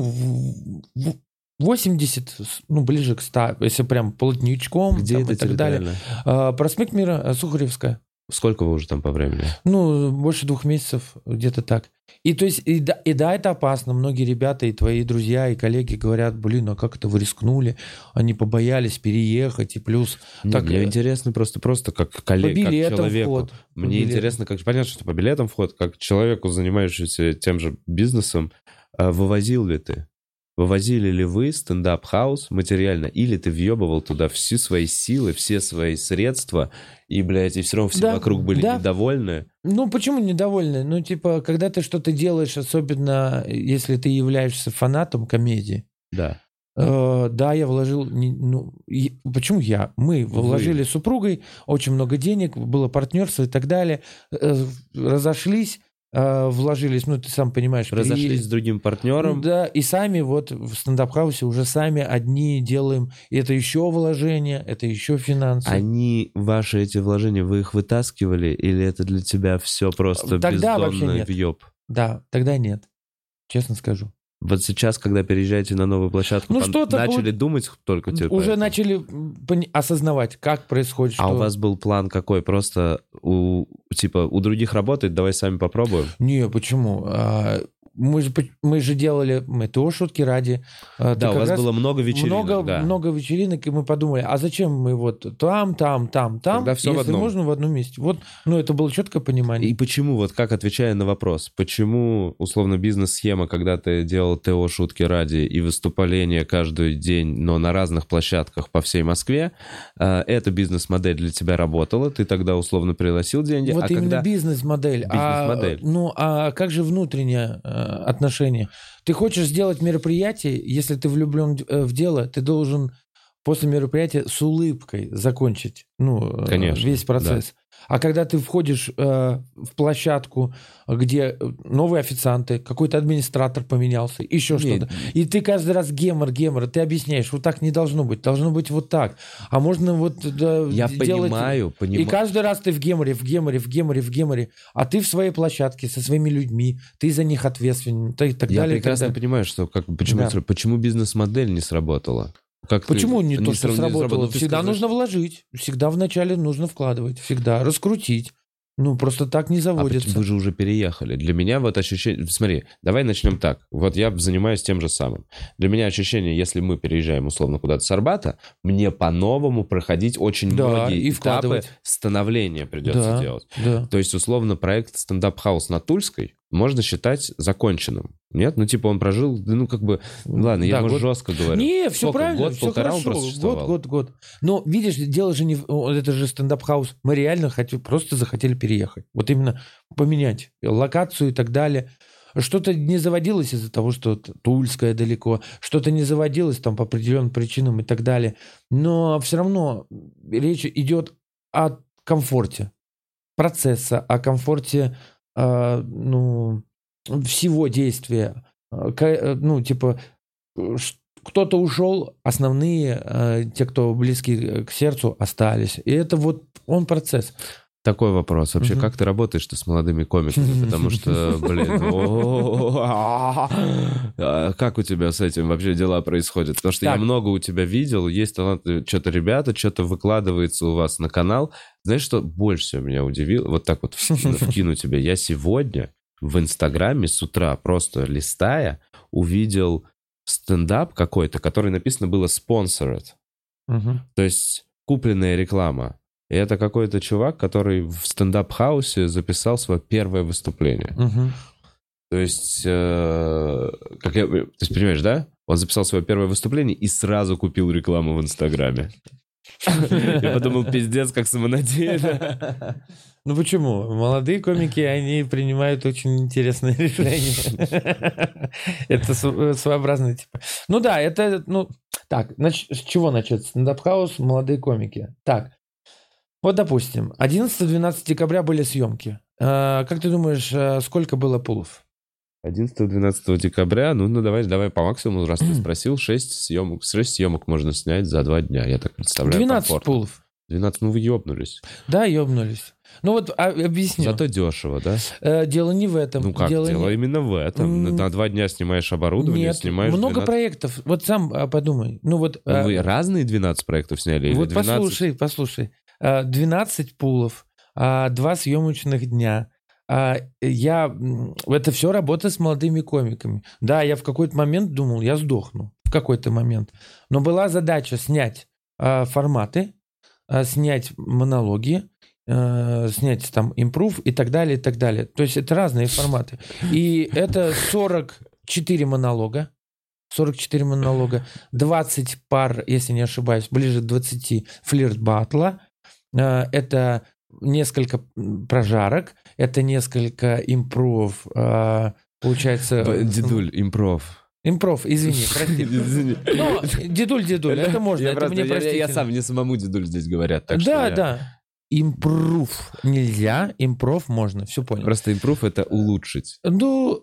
восемьдесят, ну, ближе к ста, если прям плотничком. Где там, это и так территориально? далее. А, проспект Мира, Сухаревская. Сколько вы уже там по времени? Ну, больше двух месяцев, где-то так. И то есть, и да, и да, это опасно. Многие ребята, и твои друзья, и коллеги говорят, блин, а как это вы рискнули? Они побоялись переехать, и плюс... Нет, так, мне интересно просто, просто как коллег, как человеку. Вход, Мне интересно, как понятно, что по билетам вход, как человеку, занимающемуся тем же бизнесом, вывозил ли ты? Вывозили ли вы стендап-хаус материально? Или ты въебывал туда все свои силы, все свои средства, и, блядь, и все равно все да, вокруг были да. недовольны? Ну, почему недовольны? Ну, типа, когда ты что-то делаешь, особенно если ты являешься фанатом комедии, Да. э, да, я вложил... Не, ну, и, почему я? Мы вложили с супругой очень много денег, было партнерство и так далее, э, разошлись, вложились, ну, ты сам понимаешь. Разошлись при... с другим партнером. Ну, да, и сами вот в стендап-хаусе уже сами одни делаем. И это еще вложение, это еще финансы. Они, ваши эти вложения, вы их вытаскивали? Или это для тебя все просто Тогда бездонный въеб? Да, тогда нет, честно скажу. Вот сейчас, когда переезжаете на новую площадку, ну, пон- что-то начали пол... думать только типа уже это? начали пони- осознавать, как происходит. А что... у вас был план какой? Просто у типа у других работает, давай сами попробуем? Не, почему? Мы же, мы же делали мы ТО «Шутки ради». Да, у вас было много вечеринок. Много, да. много вечеринок, и мы подумали, а зачем мы вот там, там, там, там, Когда все если в одном. можно в одном месте. Вот, ну, это было четкое понимание. И почему, вот как отвечая на вопрос, почему, условно, бизнес-схема, когда ты делал ТО «Шутки ради» и выступления каждый день, но на разных площадках по всей Москве, эта бизнес-модель для тебя работала, ты тогда, условно, пригласил деньги. Вот а именно когда... бизнес-модель. Бизнес-модель. А, ну, а как же внутреннее отношение? Ты хочешь сделать мероприятие, если ты влюблен в дело, ты должен после мероприятия с улыбкой закончить, ну, Конечно, весь процесс. Да. А когда ты входишь э, в площадку, где новые официанты, какой-то администратор поменялся, еще Нет. что-то, и ты каждый раз гемор, гемор, ты объясняешь, вот так не должно быть, должно быть вот так. А можно вот да, Я делать... понимаю, понимаю. И каждый раз ты в геморе, в геморе, в геморе, в геморе, а ты в своей площадке со своими людьми, ты за них ответственен, и так Я далее. Я прекрасно понимаю, что как, почему, да. почему бизнес-модель не сработала. Как Почему ты, не то, что сработало? сработало? Всегда сказать... нужно вложить. Всегда вначале нужно вкладывать. Всегда раскрутить. Ну, просто так не заводится. А вы же уже переехали. Для меня вот ощущение... Смотри, давай начнем так. Вот я занимаюсь тем же самым. Для меня ощущение, если мы переезжаем условно куда-то с Арбата, мне по-новому проходить очень да, многие и этапы вкладывать. становления придется да, делать. Да. То есть, условно, проект «Стендап-хаус» на Тульской можно считать законченным. Нет? Ну, типа, он прожил, ну, как бы... Ладно, да, я, может, год... жестко говорю. Не, все Сколько? правильно, Год, все полтора хорошо. он просто существовал. Год, год, год. Но, видишь, дело же не... Это же стендап-хаус. Мы реально хотели, просто захотели переехать. Вот именно поменять локацию и так далее. Что-то не заводилось из-за того, что Тульская далеко. Что-то не заводилось там по определенным причинам и так далее. Но все равно речь идет о комфорте процесса, о комфорте э, ну, всего действия. Ну, типа, кто-то ушел, основные, э, те, кто близки к сердцу, остались. И это вот он процесс. Такой вопрос. Вообще, Мгм. как ты работаешь-то с молодыми комиками? Потому что, блин, о, как у тебя с этим вообще дела происходят? Потому что я Так. много у тебя видел, есть таланты, что-то ребята, что-то выкладывается у вас на канал. Знаешь, что больше всего меня удивило? Вот так вот вкину, вкину тебе. Я сегодня в Инстаграме с утра, просто листая, увидел стендап какой-то, который написано было «sponsored». Мгм. То есть купленная реклама. И это какой-то чувак, который в стендап-хаусе записал свое первое выступление. Мгм. То есть, э, как я, то есть, понимаешь, да? Он записал свое первое выступление и сразу купил рекламу в Инстаграме. Я подумал, пиздец, как самонадеянно. Ну почему? Молодые комики, они принимают очень интересные решения. Это св- своеобразный типа. Ну да, это, ну, так, нач- с чего начать? Стендап-хаус, молодые комики. Так, вот, допустим, одиннадцатого-двенадцатого декабря были съемки. А, Как ты думаешь, а, сколько было пулов? одиннадцатого-двенадцатого декабря, ну, ну давай, давай по максимуму, раз ты спросил, шесть съемок, шесть съемок можно снять за два дня, я так представляю. двенадцать комфортно. пулов. двенадцать, ну вы ёбнулись. Да, ёбнулись. Ну вот а, объясню. Зато дешево, да? Э, Дело не в этом. Ну как, дело, не- именно в этом. М, На два дня снимаешь оборудование, Нет, снимаешь много двенадцать... проектов. Вот сам а, подумай. Ну вот. а, Вы разные двенадцать проектов сняли? Или Вот двенадцать? послушай, послушай. А, двенадцать пулов, а, два съемочных дня. А, Я... м, Это все работа с молодыми комиками. Да, я в какой-то момент думал, я сдохну. В какой-то момент. Но была задача снять а, форматы, а, снять монологи, а, снять там импрув и так далее, и так далее. То есть это разные форматы. И это сорок четыре монолога. сорок четыре монолога, двадцать пар, если не ошибаюсь, ближе к двадцати флирт-батла. Э, Это несколько м, прожарок, это несколько импров, э, получается... Б- Дедуль, импров. Импров, извини, прости. Извини. Ну, дедуль, дедуль, это можно, Я это просто- мне я- я- простительно. Я сам, мне самому дедуль здесь говорят, так что Да, я- да. Импрув нельзя, импров можно, все понял. Просто импров — это улучшить. Ну,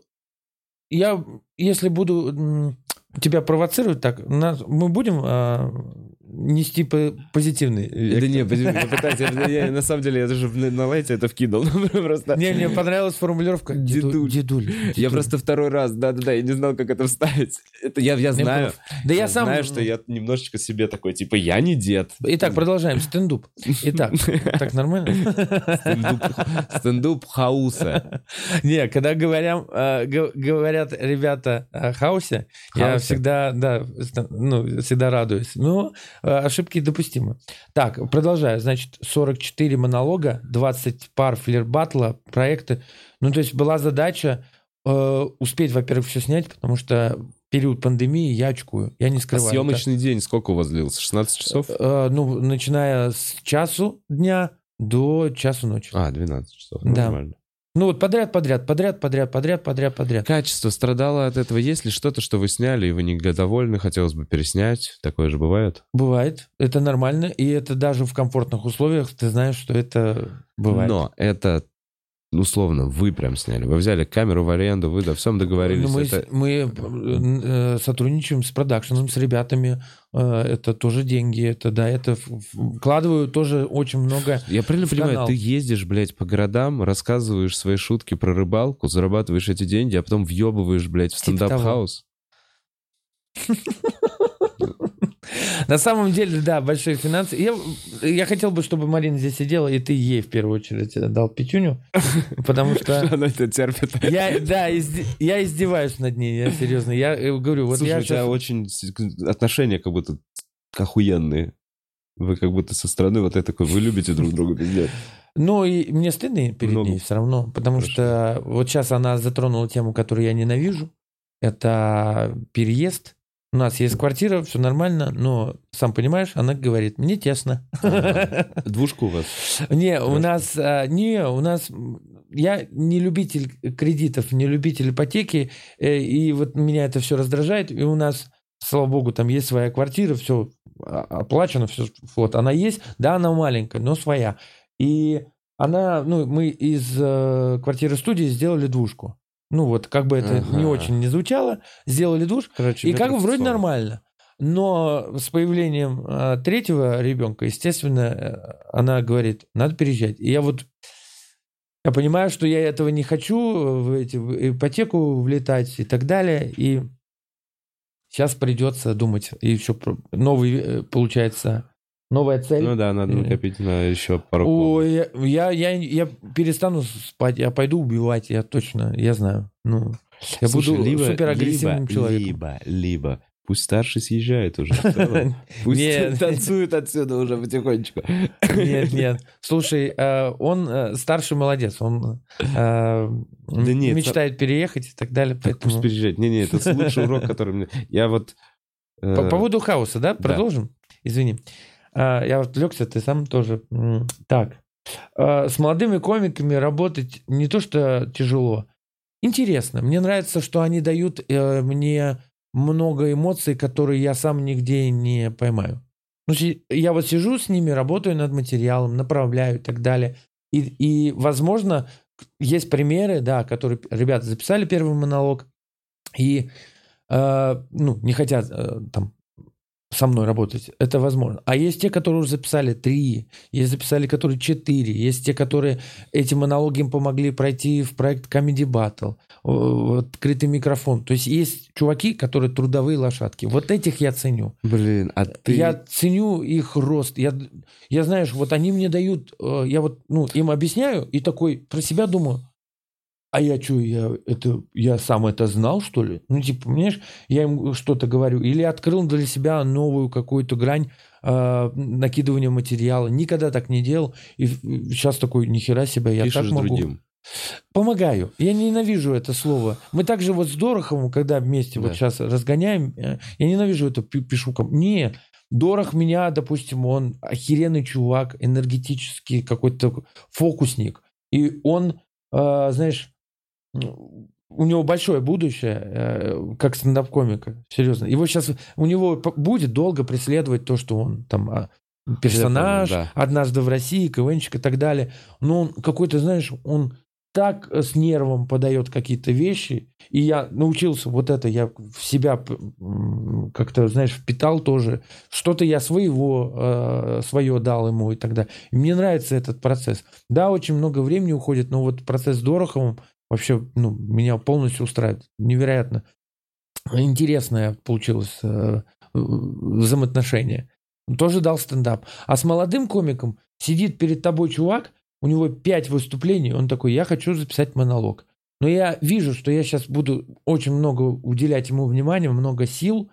я, если буду м, тебя провоцировать так, нас- мы будем а, нести по- позитивный. Да не, подожди, попытайся. Я- На самом деле, я даже в- на лайте это вкинул. Просто... Не, мне понравилась формулировка. Дедуль. Дедуль. Я дедуль. просто второй раз, да-да-да, я не знал, как это вставить. Это я, я знаю. Импров. Да я сам... знаю, что я немножечко себе такой, типа, я не дед. Итак, продолжаем. Стендуп. Итак, так нормально? Стендуп, стендуп хауса. Не, когда говорят, э, г- говорят ребята о хаосе, я Хаосе? всегда, да, ст- ну, всегда радуюсь. Но э, ошибки допустимы. Так, продолжаю. Значит, сорок четыре монолога, двадцать пар флирт-батла, проекты. Ну, то есть была задача э, успеть, во-первых, все снять, потому что в период пандемии я очкую. Я не А скрываю. съемочный день сколько у вас длился? шестнадцать часов? Э, ну, начиная с часу дня до часу ночи. А, двенадцать часов. Да. Нормально. Ну вот подряд, подряд, подряд, подряд, подряд, подряд, подряд. Качество страдало от этого. Есть ли что-то, что вы сняли, и вы недовольны, хотелось бы переснять? Такое же бывает? Бывает, это нормально, и это даже в комфортных условиях, ты знаешь, что это бывает. Но это, условно, вы прям сняли. Вы взяли камеру в аренду, вы во всем договорились. Ну, мы это... мы э, сотрудничаем с продакшеном, с ребятами, э, это тоже деньги, это да, это в- в- вкладываю тоже очень много. Я правильно в понимаю, канал. ты ездишь, блядь, по городам, рассказываешь свои шутки про рыбалку, зарабатываешь эти деньги, а потом въебываешь, блядь, в Типа стендап-хаус? На самом деле, да, большие финансы. Я, я хотел бы, чтобы Марина здесь сидела, и ты ей в первую очередь дал пятюню, потому что... Она это терпит. Я, да, изде- я издеваюсь над ней, я серьезно. Я э, говорю, вот Слушай, я у тебя сейчас... очень с- отношения как будто охуенные. Вы как будто со стороны вот это такой, вы любите друг друга, пиздец. Ну, и мне стыдно перед Много. ней все равно, потому Хорошо. что вот сейчас она затронула тему, которую я ненавижу. Это переезд. У нас есть квартира, все нормально, но, сам понимаешь, она говорит, мне тесно. Двушка у вас? Не, у Хорошо. нас, а, не, у нас, м, я не любитель кредитов, не любитель ипотеки, э, и вот меня это все раздражает, и у нас, слава богу, там есть своя квартира, все оплачено, все, вот, она есть, да, она маленькая, но своя, и она, ну, мы из э, квартиры-студии сделали двушку, ну, вот, как бы это Ага. не очень не звучало, сделали двушку, Короче, и как бы метров вроде сорок. нормально. но с появлением а, третьего ребенка, естественно, она говорит, надо переезжать. И я вот, я понимаю, что я этого не хочу, в, эти, в ипотеку влетать и так далее, и сейчас придется думать. И еще новый, получается, новая цель. Ну да, надо накопить на еще пару Ой, я, я, я, я перестану спать, я пойду убивать, я точно, я знаю. Ну, я Слушай, буду либо, суперагрессивным либо, человеком. Либо, либо, пусть старший съезжает уже. Пусть танцует отсюда уже потихонечку. Нет, нет. Слушай, он старший молодец, он мечтает переехать и так далее. Пусть переезжает. Не-не, это лучший урок, который мне... Я вот... По поводу хаоса, да? Продолжим? Извини. Я отвлекся, ты сам тоже. Так. С молодыми комиками работать не то что тяжело, интересно. Мне нравится, что они дают мне много эмоций, которые я сам нигде не поймаю. Ну, я вот сижу с ними, работаю над материалом, направляю и так далее. И, и возможно, есть примеры, да, которые ребята записали первый монолог и э, ну, не хотят э, там со мной работать. Это возможно. А есть те, которые уже записали три, есть записали, которые четыре, есть те, которые эти монологи им помогли пройти в проект Comedy Battle, открытый микрофон. То есть есть чуваки, которые трудовые лошадки. Вот этих я ценю. Блин, а ты... Я ценю их рост. Я, я знаешь, вот они мне дают, я вот ну, им объясняю и такой про себя думаю, а я что, я, это, я сам это знал, что ли? Ну, типа, понимаешь, я им что-то говорю. Или открыл для себя новую какую-то грань э, накидывания материала. Никогда так не делал. И сейчас такой, нихера себе, я Пишешь так могу. Другим. Помогаю. Я ненавижу это слово. Мы также вот с Дороховым, когда вместе да. вот сейчас разгоняем, я ненавижу это, пишу. Не, Дорох меня, допустим, он охеренный чувак, энергетический какой-то фокусник. И он, э, знаешь, у него большое будущее, как стендап-комика, серьезно. Его сейчас, у него будет долго преследовать то, что он там персонаж, понял, да. однажды в России, КВНчик и так далее. Но он какой-то, знаешь, он так с нервом подает какие-то вещи, и я научился вот это, я в себя как-то, знаешь, впитал тоже. Что-то я своего, свое дал ему и так далее. И мне нравится этот процесс. Да, очень много времени уходит, но вот процесс с Дороховым вообще, ну, меня полностью устраивает. Невероятно интересное получилось э, взаимоотношение. Тоже дал стендап. А с молодым комиком сидит перед тобой чувак, у него пять выступлений, он такой, я хочу записать монолог. Но я вижу, что я сейчас буду очень много уделять ему внимания, много сил,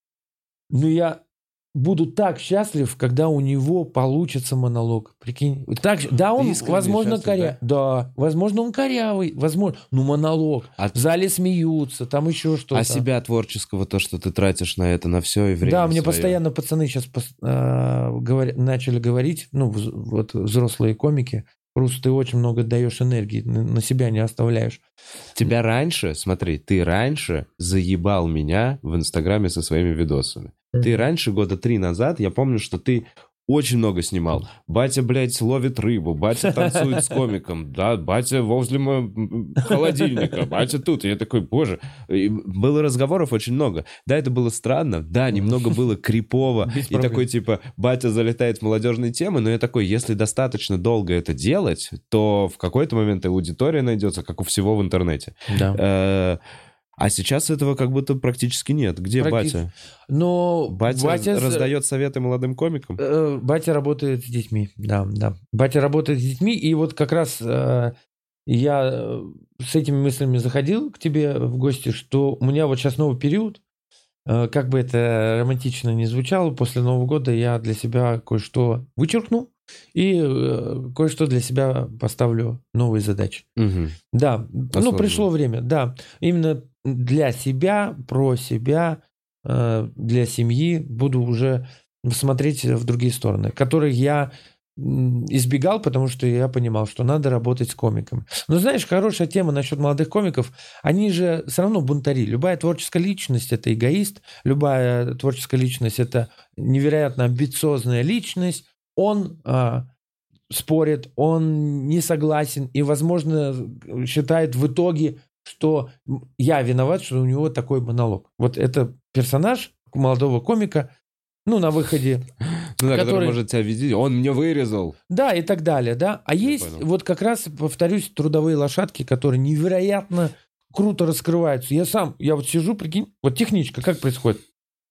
но я буду так счастлив, когда у него получится монолог. Прикинь. Так, да, он, возможно, корявый. Да? да, возможно, он корявый. Возможно, ну, монолог. А... В зале смеются, там еще что-то. А себя творческого, то, что ты тратишь на это, на все и время Да, мне свое. постоянно пацаны сейчас э, говоря, начали говорить, ну, вот взрослые комики, просто ты очень много даешь энергии, на себя не оставляешь. Тебя раньше, смотри, ты раньше заебал меня в Инстаграме со своими видосами. Mm-hmm. Ты раньше, года три назад, я помню, что ты очень много снимал. Батя, блядь, ловит рыбу, батя танцует с комиком, да, батя возле моего холодильника, батя тут. И я такой, боже, и было разговоров очень много. Да, это было странно, да, немного было крипово. И такой, типа, батя залетает в молодежные темы, но я такой, если достаточно долго это делать, то в какой-то момент аудитория найдется, как у всего в интернете. Да. А сейчас этого как будто практически нет. Где Практи... батя? Но батя, батя раздает советы молодым комикам? Э, батя работает с детьми, да, да. Батя работает с детьми, и вот как раз э, я с этими мыслями заходил к тебе в гости, что у меня вот сейчас новый период, э, как бы это романтично ни звучало, после Нового года я для себя кое-что вычеркну и э, кое-что для себя поставлю новые задачи. Угу. Да, Особенно. ну пришло время, да, именно для себя, про себя, для семьи буду уже смотреть в другие стороны, которые я избегал, потому что я понимал, что надо работать с комиками. Но знаешь, хорошая тема насчет молодых комиков, они же все равно бунтари. Любая творческая личность – это эгоист, любая творческая личность – это невероятно амбициозная личность, он а, спорит, он не согласен и, возможно, считает в итоге, что я виноват, что у него такой монолог. Вот это персонаж молодого комика, ну, на выходе. Ну, да, который, который может тебя видеть. Он мне вырезал. Да, и так далее, да. А Я есть, понял. Вот как раз, повторюсь, трудовые лошадки, которые невероятно круто раскрываются. Я сам, я вот сижу, прикинь, вот техничка, как происходит?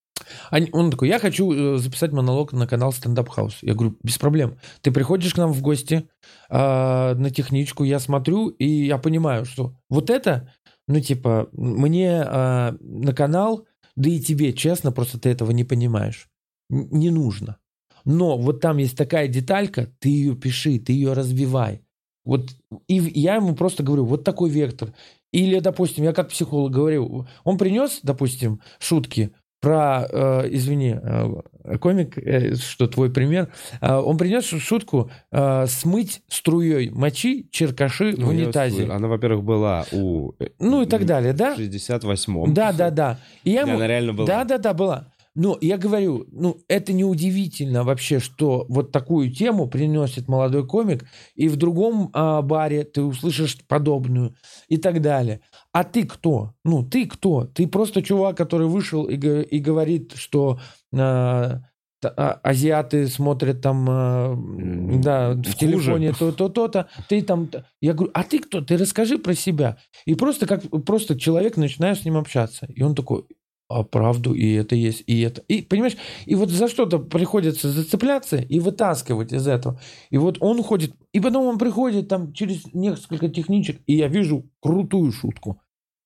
Он такой, я хочу записать монолог на канал Stand Up House. Я говорю, без проблем. Ты приходишь к нам в гости э, на техничку, я смотрю, и я понимаю, что вот это, ну, типа, мне э, на канал, да и тебе, честно, просто ты этого не понимаешь. Н- не нужно. Но вот там есть такая деталька, ты ее пиши, ты ее развивай. Вот, и я ему просто говорю, вот такой вектор. Или, допустим, я как психолог говорю, он принес, допустим, шутки, про, э, извини, э, комик, э, что твой пример, э, он принес шутку э, смыть струей мочи черкаши ну, в унитазе. Я, она, во-первых, была у... Ну и так далее, да? В шестьдесят восьмом. Да, да, да. И я ему... Она реально была. Да, да, да, была. Ну, я говорю, ну, это неудивительно вообще, что вот такую тему приносит молодой комик, и в другом а, баре ты услышишь подобную и так далее. А ты кто? Ну, ты кто? Ты просто чувак, который вышел и, и говорит, что а, а, азиаты смотрят там, а, mm, да, в хуже. Телефоне то-то, то-то. Ты там... Я говорю, а ты кто? Ты расскажи про себя. И просто как просто человек, начинаешь с ним общаться. И он такой... А правду, и это есть, и это. И, понимаешь, и вот за что-то приходится зацепляться и вытаскивать из этого. И вот он ходит, и потом он приходит там через несколько техничек, и я вижу крутую шутку.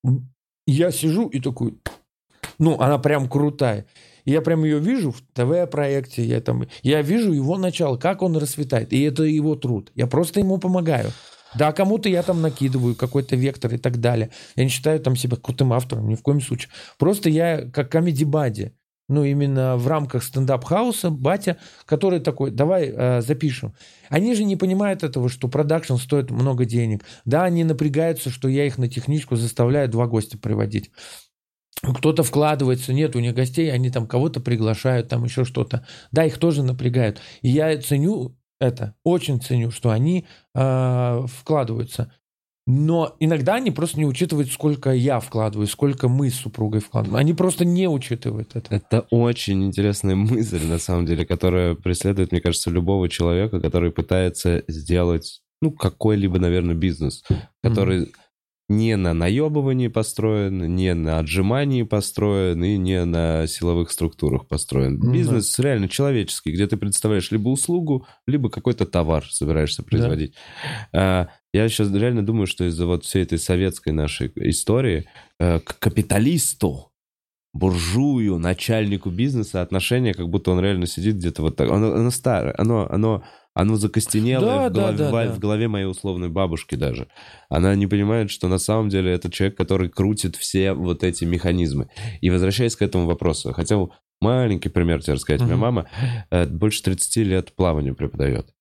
Я сижу и такой, ну, она прям крутая. И я прям ее вижу в ТВ-проекте, я, там, я вижу его начало, как он расцветает, и это его труд. Я просто ему помогаю. Да, кому-то я там накидываю какой-то вектор и так далее. Я не считаю там себя крутым автором, ни в коем случае. Просто я как комеди-бади, ну, именно в рамках стендап-хауса, батя, который такой, давай э, запишем. Они же не понимают этого, что продакшн стоит много денег. Да, они напрягаются, что я их на техничку заставляю два гостя приводить. Кто-то вкладывается, нет у них гостей, они там кого-то приглашают, там еще что-то. Да, их тоже напрягают. И я ценю... Это очень ценю, что они э, вкладываются. Но иногда они просто не учитывают, сколько я вкладываю, сколько мы с супругой вкладываем. Они просто не учитывают это. Это очень интересная мысль, на самом деле, которая преследует, мне кажется, любого человека, который пытается сделать, ну, какой-либо, наверное, бизнес, который... Mm-hmm. не на наебывании построен, не на отжимании построен и не на силовых структурах построен. Mm-hmm. Бизнес реально человеческий, где ты представляешь либо услугу, либо какой-то товар собираешься производить. Yeah. Я сейчас реально думаю, что из-за вот всей этой советской нашей истории к капиталисту, буржую, начальнику бизнеса отношение, как будто он реально сидит где-то вот так. Оно, оно старое, оно... оно Оно закостенело да, в, голове, да, да, в, в голове моей условной бабушки даже. Она не понимает, что на самом деле это человек, который крутит все вот эти механизмы. И возвращаясь к этому вопросу, хотел маленький пример тебе рассказать. Uh-huh. Моя мама э, больше тридцати лет плаванию преподает.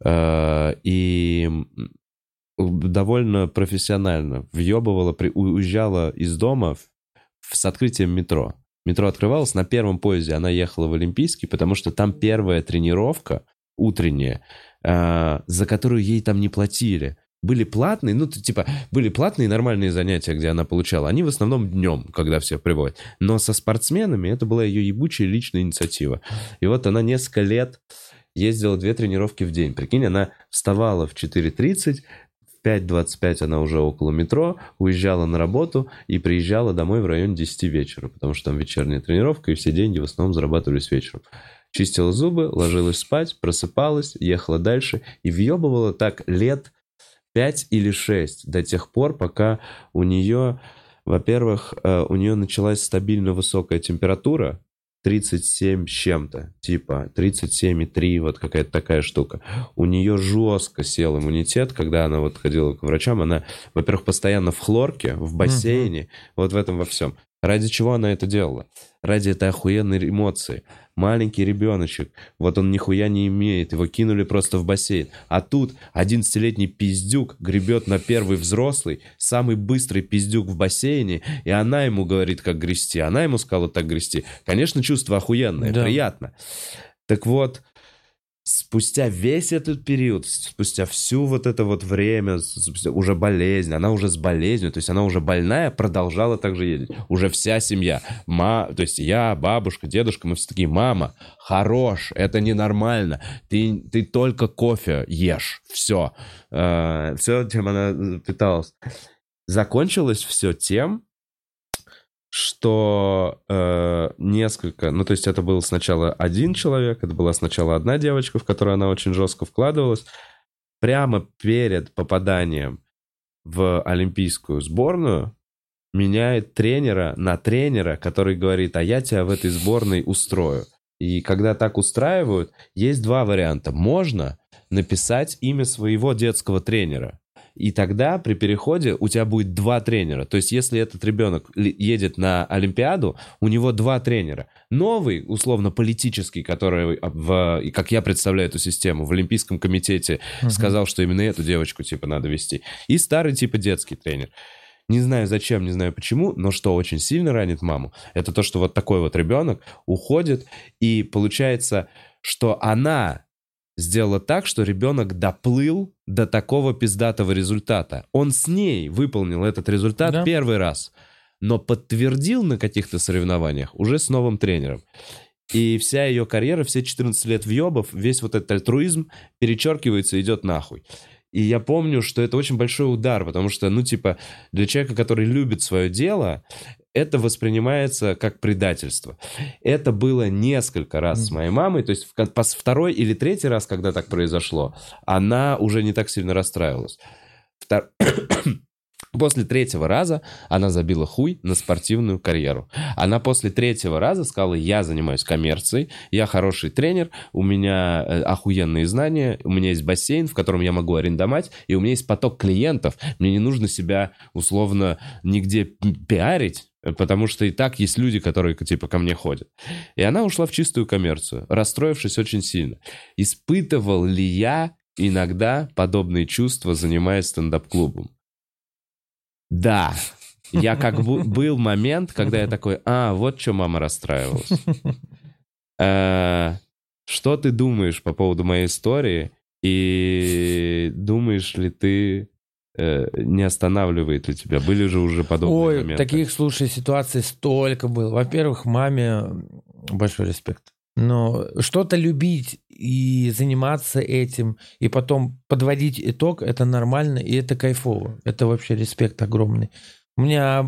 Э, и довольно профессионально въебывала, при, уезжала из дома в, в, с открытием метро. Метро открывалось, на первом поезде она ехала в Олимпийский, потому что там первая тренировка утренние, э, за которую ей там не платили. Были платные, ну, типа, были платные нормальные занятия, где она получала. Они в основном днем, когда всех приводят. Но со спортсменами это была ее ебучая личная инициатива. И вот она несколько лет ездила две тренировки в день. Прикинь, она вставала в четыре тридцать, в пять двадцать пять она уже около метро, уезжала на работу и приезжала домой в районе десяти вечера, потому что там вечерняя тренировка, и все деньги в основном зарабатывались вечером. Чистила зубы, ложилась спать, просыпалась, ехала дальше и въебывала так лет пять или шесть до тех пор, пока у нее, во-первых, у нее началась стабильно высокая температура, тридцать семь с чем-то, типа тридцать семь и три, вот какая-то такая штука. У нее жестко сел иммунитет, когда она вот ходила к врачам, она, во-первых, постоянно в хлорке, в бассейне, uh-huh. вот в этом во всем. Ради чего она это делала? Ради этой охуенной эмоции. Маленький ребеночек, вот он нихуя не имеет, его кинули просто в бассейн. А тут одиннадцатилетний пиздюк гребет на первый взрослый, самый быстрый пиздюк в бассейне, и она ему говорит, как грести. Она ему сказала так грести. Конечно, чувство охуенное, да. Приятно. Так вот, спустя весь этот период, спустя всю вот это вот время, уже болезнь, она уже с болезнью, то есть она уже больная, продолжала также ездить. Уже вся семья, ма, то есть я, бабушка, дедушка, мы все такие: мама, хорош, это ненормально, ты, ты только кофе ешь, все. Э, все, чем она питалась. Закончилось все тем, что э, несколько... Ну, то есть это был сначала один человек, это была сначала одна девочка, в которую она очень жестко вкладывалась. Прямо перед попаданием в олимпийскую сборную меняет тренера на тренера, который говорит: а я тебя в этой сборной устрою. И когда так устраивают, есть два варианта. Можно написать имя своего детского тренера. И тогда при переходе у тебя будет два тренера. То есть если этот ребенок едет на Олимпиаду, у него два тренера. Новый, условно, политический, который, в, как я представляю эту систему, в Олимпийском комитете uh-huh. сказал, что именно эту девочку типа надо вести. И старый типа детский тренер. Не знаю зачем, не знаю почему, но что очень сильно ранит маму, это то, что вот такой вот ребенок уходит, и получается, что она... сделала так, что ребенок доплыл до такого пиздатого результата. Он с ней выполнил этот результат да. первый раз, но подтвердил на каких-то соревнованиях уже с новым тренером. И вся ее карьера, все четырнадцать лет въебов, весь вот этот альтруизм перечеркивается и идет нахуй. И я помню, что это очень большой удар, потому что, ну, типа, для человека, который любит свое дело, это воспринимается как предательство. Это было несколько раз с моей мамой, то есть второй или третий раз, когда так произошло, она уже не так сильно расстраивалась. Втор... После третьего раза она забила хуй на спортивную карьеру. Она после третьего раза сказала: я занимаюсь коммерцией, я хороший тренер, у меня охуенные знания, у меня есть бассейн, в котором я могу арендовать, и у меня есть поток клиентов, мне не нужно себя условно нигде пиарить, потому что и так есть люди, которые типа ко мне ходят. И она ушла в чистую коммерцию, расстроившись очень сильно. Испытывал ли я иногда подобные чувства, занимаясь стендап-клубом? Да, я как бы... Был момент, когда я такой: а, вот что мама расстраивалась. Что ты думаешь по поводу моей истории? И думаешь ли ты, не останавливает ли тебя? Были же уже подобные Ой, моменты. Таких, слушай, ситуаций столько было. Во-первых, маме большой респект. Но что-то любить и заниматься этим, и потом подводить итог, это нормально, и это кайфово. Это вообще респект огромный. У меня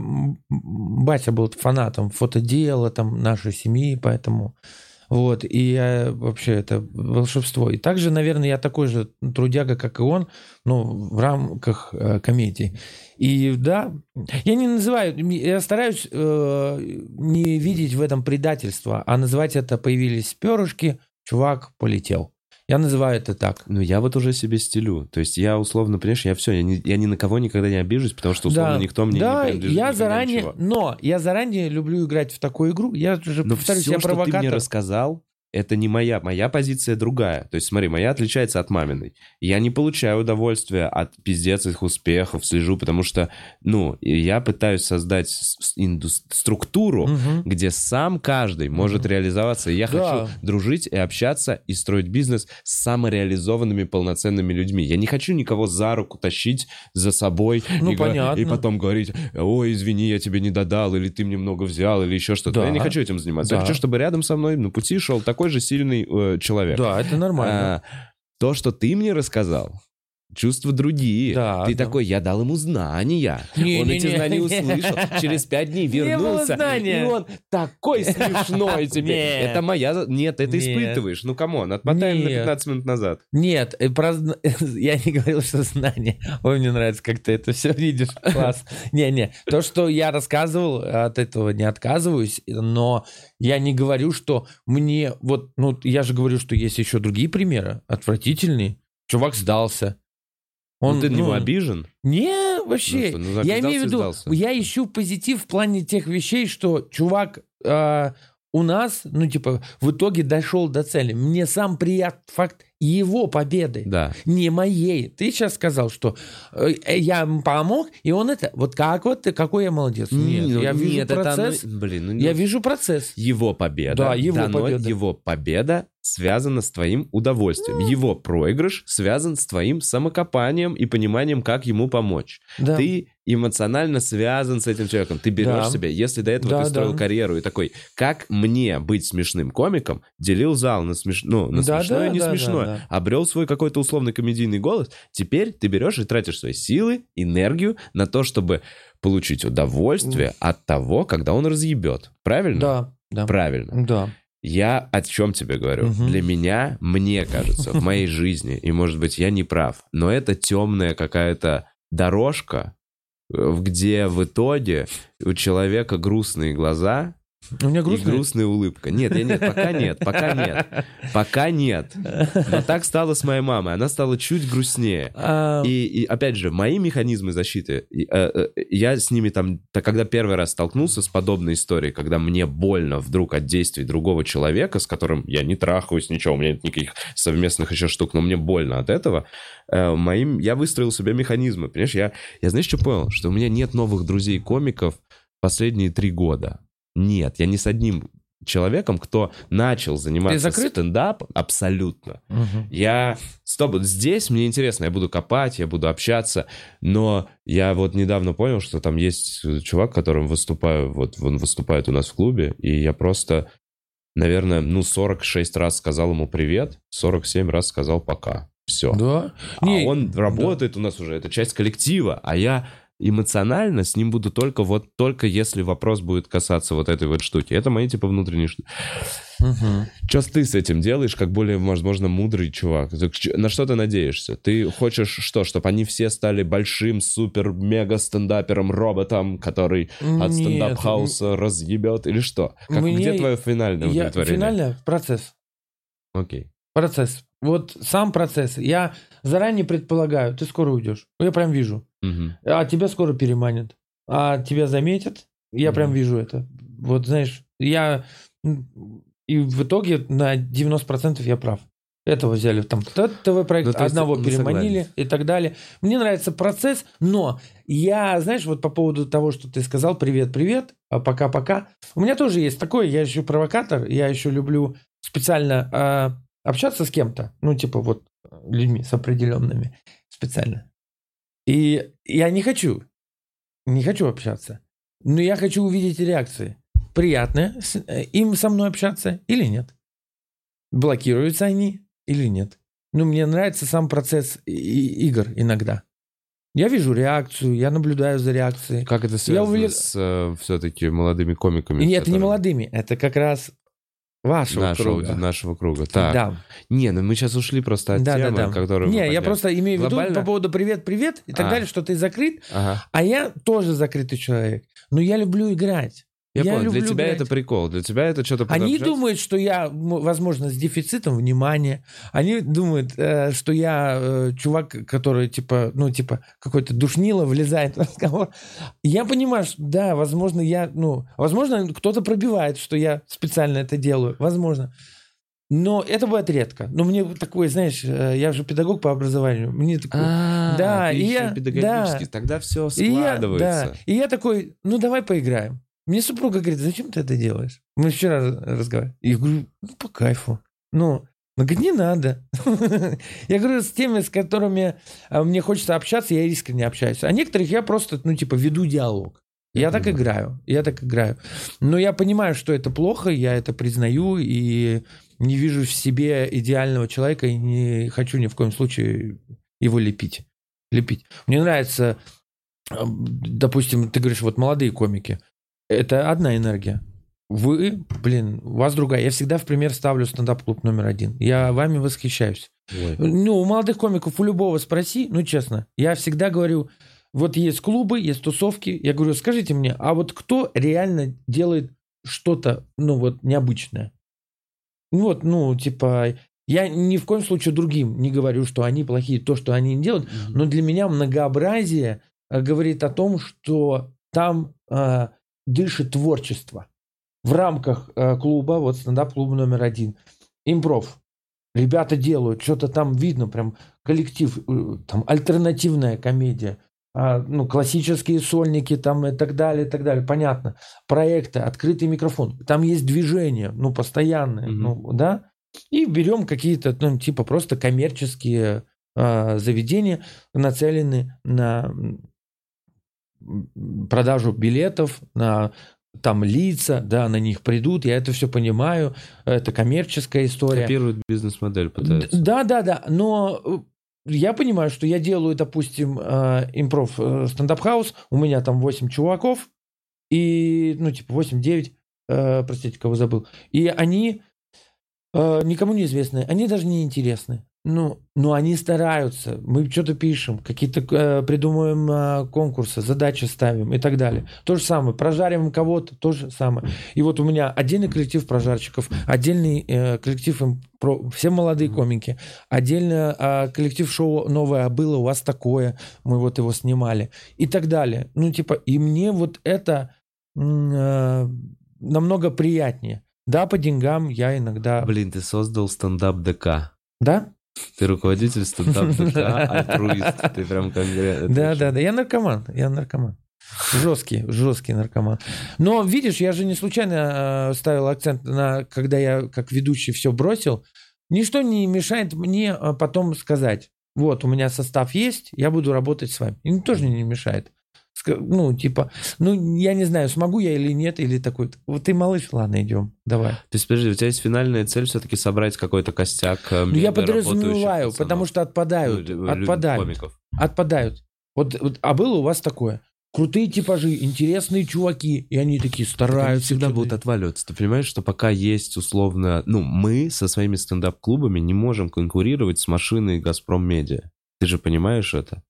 батя был фанатом фотодела, там, нашей семьи, поэтому... Вот, и я, вообще это волшебство. И также, наверное, я такой же трудяга, как и он, но в рамках э, комедии. И да, я не называю, я стараюсь э, не видеть в этом предательства, а называть это: появились перышки, чувак полетел. Я называю это так. Ну, я вот уже себе стелю. То есть я условно, понимаешь, я все, я, не, я ни на кого никогда не обижусь, потому что условно да, никто мне да, не принадлежит. Я заранее, ничего. Но я заранее люблю играть в такую игру. Я уже но повторюсь, все, я что провокатор. ты мне рассказал, это не моя. Моя позиция другая. То есть смотри, моя отличается от маминой. Я не получаю удовольствия от пиздец их успехов, слежу, потому что, ну, я пытаюсь создать инду- структуру, угу. где сам каждый может угу. реализоваться. И я да. хочу дружить и общаться и строить бизнес с самореализованными полноценными людьми. Я не хочу никого за руку тащить за собой ну, и, понятно. и потом говорить: ой, извини, я тебе не додал, или ты мне много взял, или еще что-то. Да. Я не хочу этим заниматься. Да. Я хочу, чтобы рядом со мной на пути шел такой же сильный э, человек. Да, это нормально. А, то, что ты мне рассказал, чувства другие. Да, ты да. такой: я дал ему знания. Не, он не, эти не, знания не. услышал. Через пять дней вернулся. И он такой смешной тебе. Нет. Это моя... Нет, это Нет. испытываешь. Ну, камон, отмотаем Нет. на пятнадцать минут назад. Нет, про... я не говорил, что знания. Ой, мне нравится, как ты это все видишь. Класс. Не-не, то, что я рассказывал, от этого не отказываюсь, но я не говорю, что мне... Вот, ну, я же говорю, что есть еще другие примеры, отвратительные. Чувак сдался. Он, ну, ты на него ну, обижен? Не, вообще. Ну, что, ну, я имею в виду, сдался. Я ищу позитив в плане тех вещей, что чувак э, у нас, ну, типа, в итоге дошел до цели. Мне сам приятный факт его победы, Да. не моей. Ты сейчас сказал, что э, я ему помог, и он это... Вот как вот ты, какой я молодец. Нет, Ну, я вижу нет, это процесс. оно- блин, ну, Я ну, вижу процесс. его победа. Да, его да, но победа. его победа связана с твоим удовольствием. Ну. Его проигрыш связан с твоим самокопанием и пониманием, как ему помочь. Да. Ты эмоционально связан с этим человеком. Ты берешь Да. себя, если до этого Да, ты строил да. карьеру и такой, как мне быть смешным комиком, делил зал на, смеш... ну, на Да, смешное да, и не да, смешное, да, да. обрел свой какой-то условный комедийный голос, теперь ты берешь и тратишь свои силы, энергию на то, чтобы получить удовольствие от того, когда он разъебет. Правильно? Да, да. Правильно. Да. Я о чем тебе говорю? Мгм. Для меня, мне кажется, в моей жизни, и, может быть, я не прав, но это темная какая-то дорожка, э, где в итоге у человека грустные глаза У меня и грустно. грустная улыбка. Нет, я нет, пока нет, пока нет. Пока нет. Но так стало с моей мамой. Она стала чуть грустнее. А, И, и, опять же, мои механизмы защиты, и, э, э, я с ними там, так, когда первый раз столкнулся с подобной историей, когда мне больно вдруг от действий другого человека, с которым я не трахаюсь, ничего, у меня нет никаких совместных еще штук, но мне больно от этого, э, моим, я выстроил себе механизмы, понимаешь, я, я знаешь, что понял? Что у меня нет новых друзей-комиков последние три года. Нет, я не с одним человеком, кто начал заниматься закрыт? стендапом, абсолютно. мгм. Я... Стоп, здесь мне интересно, я буду копать, я буду общаться, но я вот недавно понял, что там есть чувак, которым выступаю, вот он выступает у нас в клубе, и я просто, наверное, ну, сорок шесть раз сказал ему привет, сорок семь раз сказал пока. Все. Да. А Не, он работает у нас уже, это часть коллектива, а я эмоционально с ним буду только вот, только если вопрос будет касаться вот этой вот штуки. Это мои, типа, внутренние штуки. мгм. Что ты с этим делаешь, как более, возможно, мудрый чувак? На что ты надеешься? Ты хочешь что, чтобы они все стали большим, супер-мега-стендапером, роботом, который от Нет, стендап-хауса разъебет, или что? Как, Мне- где твое финальное Я, удовлетворение? финально процесс. Окей. Процесс. Вот сам процесс. Я заранее предполагаю, ты скоро уйдешь. Я прям вижу. Мгм. А тебя скоро переманят. А тебя заметят. Я Мгм. прям вижу это. Вот знаешь, я... м, И в итоге на девяносто процентов я прав. Этого взяли там ТВ-проект, Ну, то есть одного вы переманили согласны. и так далее. Мне нравится процесс, но я, знаешь, вот по поводу того, что ты сказал, привет-привет, а пока-пока. У меня тоже есть такое, я еще провокатор, я еще люблю специально а, общаться с кем-то, ну, типа вот людьми с определенными специально. И я не хочу, не хочу общаться, но я хочу увидеть реакции. Приятно с- э, им со мной общаться или нет? Блокируются они или нет? Ну, мне нравится сам процесс и- и- игр иногда. Я вижу реакцию, я наблюдаю за реакцией. Как это связано увлек- с э, все-таки молодыми комиками? И нет, это не которые- молодыми, это как раз вашего Нашего, круга. нашего круга. Так. Да. Не, ну мы сейчас ушли просто от Да, да, темы, да. которую мы Не, я подняли. просто имею в виду Глобально? по поводу привет-привет и так А. далее, что ты закрыт, Ага. а я тоже закрытый человек. Но я люблю играть. Я, понял, для люблю тебя играть. это прикол, для тебя это что-то Они подобрать? думают, что я, м, возможно, с дефицитом внимания. Они думают, э, что я э, чувак, который, типа, ну, типа, какой-то душнило влезает в разговор. Я понимаю, что, да, возможно, я, ну, возможно, кто-то пробивает, что я специально это делаю. Возможно. Но это бывает редко. Но мне вот такой, знаешь, э, я же педагог по образованию. Мне такой... А, Да, ты и еще я- педагогический, да. тогда все И я, складывается. да, и я такой, ну давай поиграем. Мне супруга говорит, зачем ты это делаешь? Мы вчера разговаривали. Я говорю, ну по кайфу. Ну, она говорит, не надо. Я говорю, с теми, с которыми а, мне хочется общаться, я искренне общаюсь. А некоторых я просто, ну типа, веду диалог. Я Я так понимаю. играю, я так играю. Но я понимаю, что это плохо, я это признаю и не вижу в себе идеального человека и не хочу ни в коем случае его лепить. Лепить. Мне нравится, э, допустим, ты говоришь, вот молодые комики. Это одна энергия. Вы, блин, у вас другая. Я всегда в пример ставлю стендап-клуб номер один. Я вами восхищаюсь. Ой. Ну, у молодых комиков, у любого спроси, ну, честно, я всегда говорю, вот есть клубы, есть тусовки, я говорю, скажите мне, а вот кто реально делает что-то, ну, вот, необычное? Ну, вот, ну, типа, я ни в коем случае другим не говорю, что они плохие, то, что они не делают, Мгм. но для меня многообразие э, говорит о том, что там э, дышит творчество. В рамках э, клуба, вот стендап-клуб номер один, импров. ребята делают, что-то там видно, прям коллектив, там альтернативная комедия, а, ну, классические сольники там и так далее, и так далее, понятно. Проекты, открытый микрофон, там есть движение, ну, постоянное, mm-hmm. ну, да, и берем какие-то, ну, типа просто коммерческие а, заведения, нацеленные на продажу билетов, на там лица, да, на них придут, я это все понимаю, это коммерческая история. Копируют бизнес-модель, пытаются. Да, да, да, но я понимаю, что я делаю, допустим, импров стендап-хаус, у меня там восемь чуваков, и, ну, типа восемь-девять, простите, кого забыл, и они никому не известны, они даже не интересны. Ну, ну, они стараются, мы что-то пишем, какие-то э, придумываем э, конкурсы, задачи ставим и так далее. То же самое, прожариваем кого-то, то же самое. И вот у меня отдельный коллектив прожарщиков, отдельный э, коллектив, про, все молодые комики, отдельно э, коллектив шоу «Новое было», у вас такое, мы вот его снимали и так далее. Ну, типа, и мне вот это э, намного приятнее. Да, по деньгам я иногда... Блин, ты создал стендап-ДК. Да? Ты руководитель стендап-ДК, альтруист. Ты прям конкретно... Да, да, да. Я наркоман. Я наркоман. Жесткий, жесткий наркоман. Но, видишь, я же не случайно э, ставил акцент на... Когда я как ведущий все бросил, ничто не мешает мне потом сказать, вот, у меня состав есть, я буду работать с вами. И тоже не мешает. Ну, типа, ну, я не знаю, смогу я или нет, или такой, вот ты малыш, ладно, идем, давай. То есть, подожди, у тебя есть финальная цель все-таки собрать какой-то костяк мега ну, я подразумеваю, пацанов. Потому что отпадают, ну, отпадают, комиков. отпадают. Вот, вот, а было у вас такое? Крутые типажи, интересные чуваки, и они такие стараются. Они всегда будут отваливаться. Ты понимаешь, что пока есть условно... Ну, мы со своими стендап-клубами не можем конкурировать с машиной «Газпром Медиа». Ты же понимаешь это?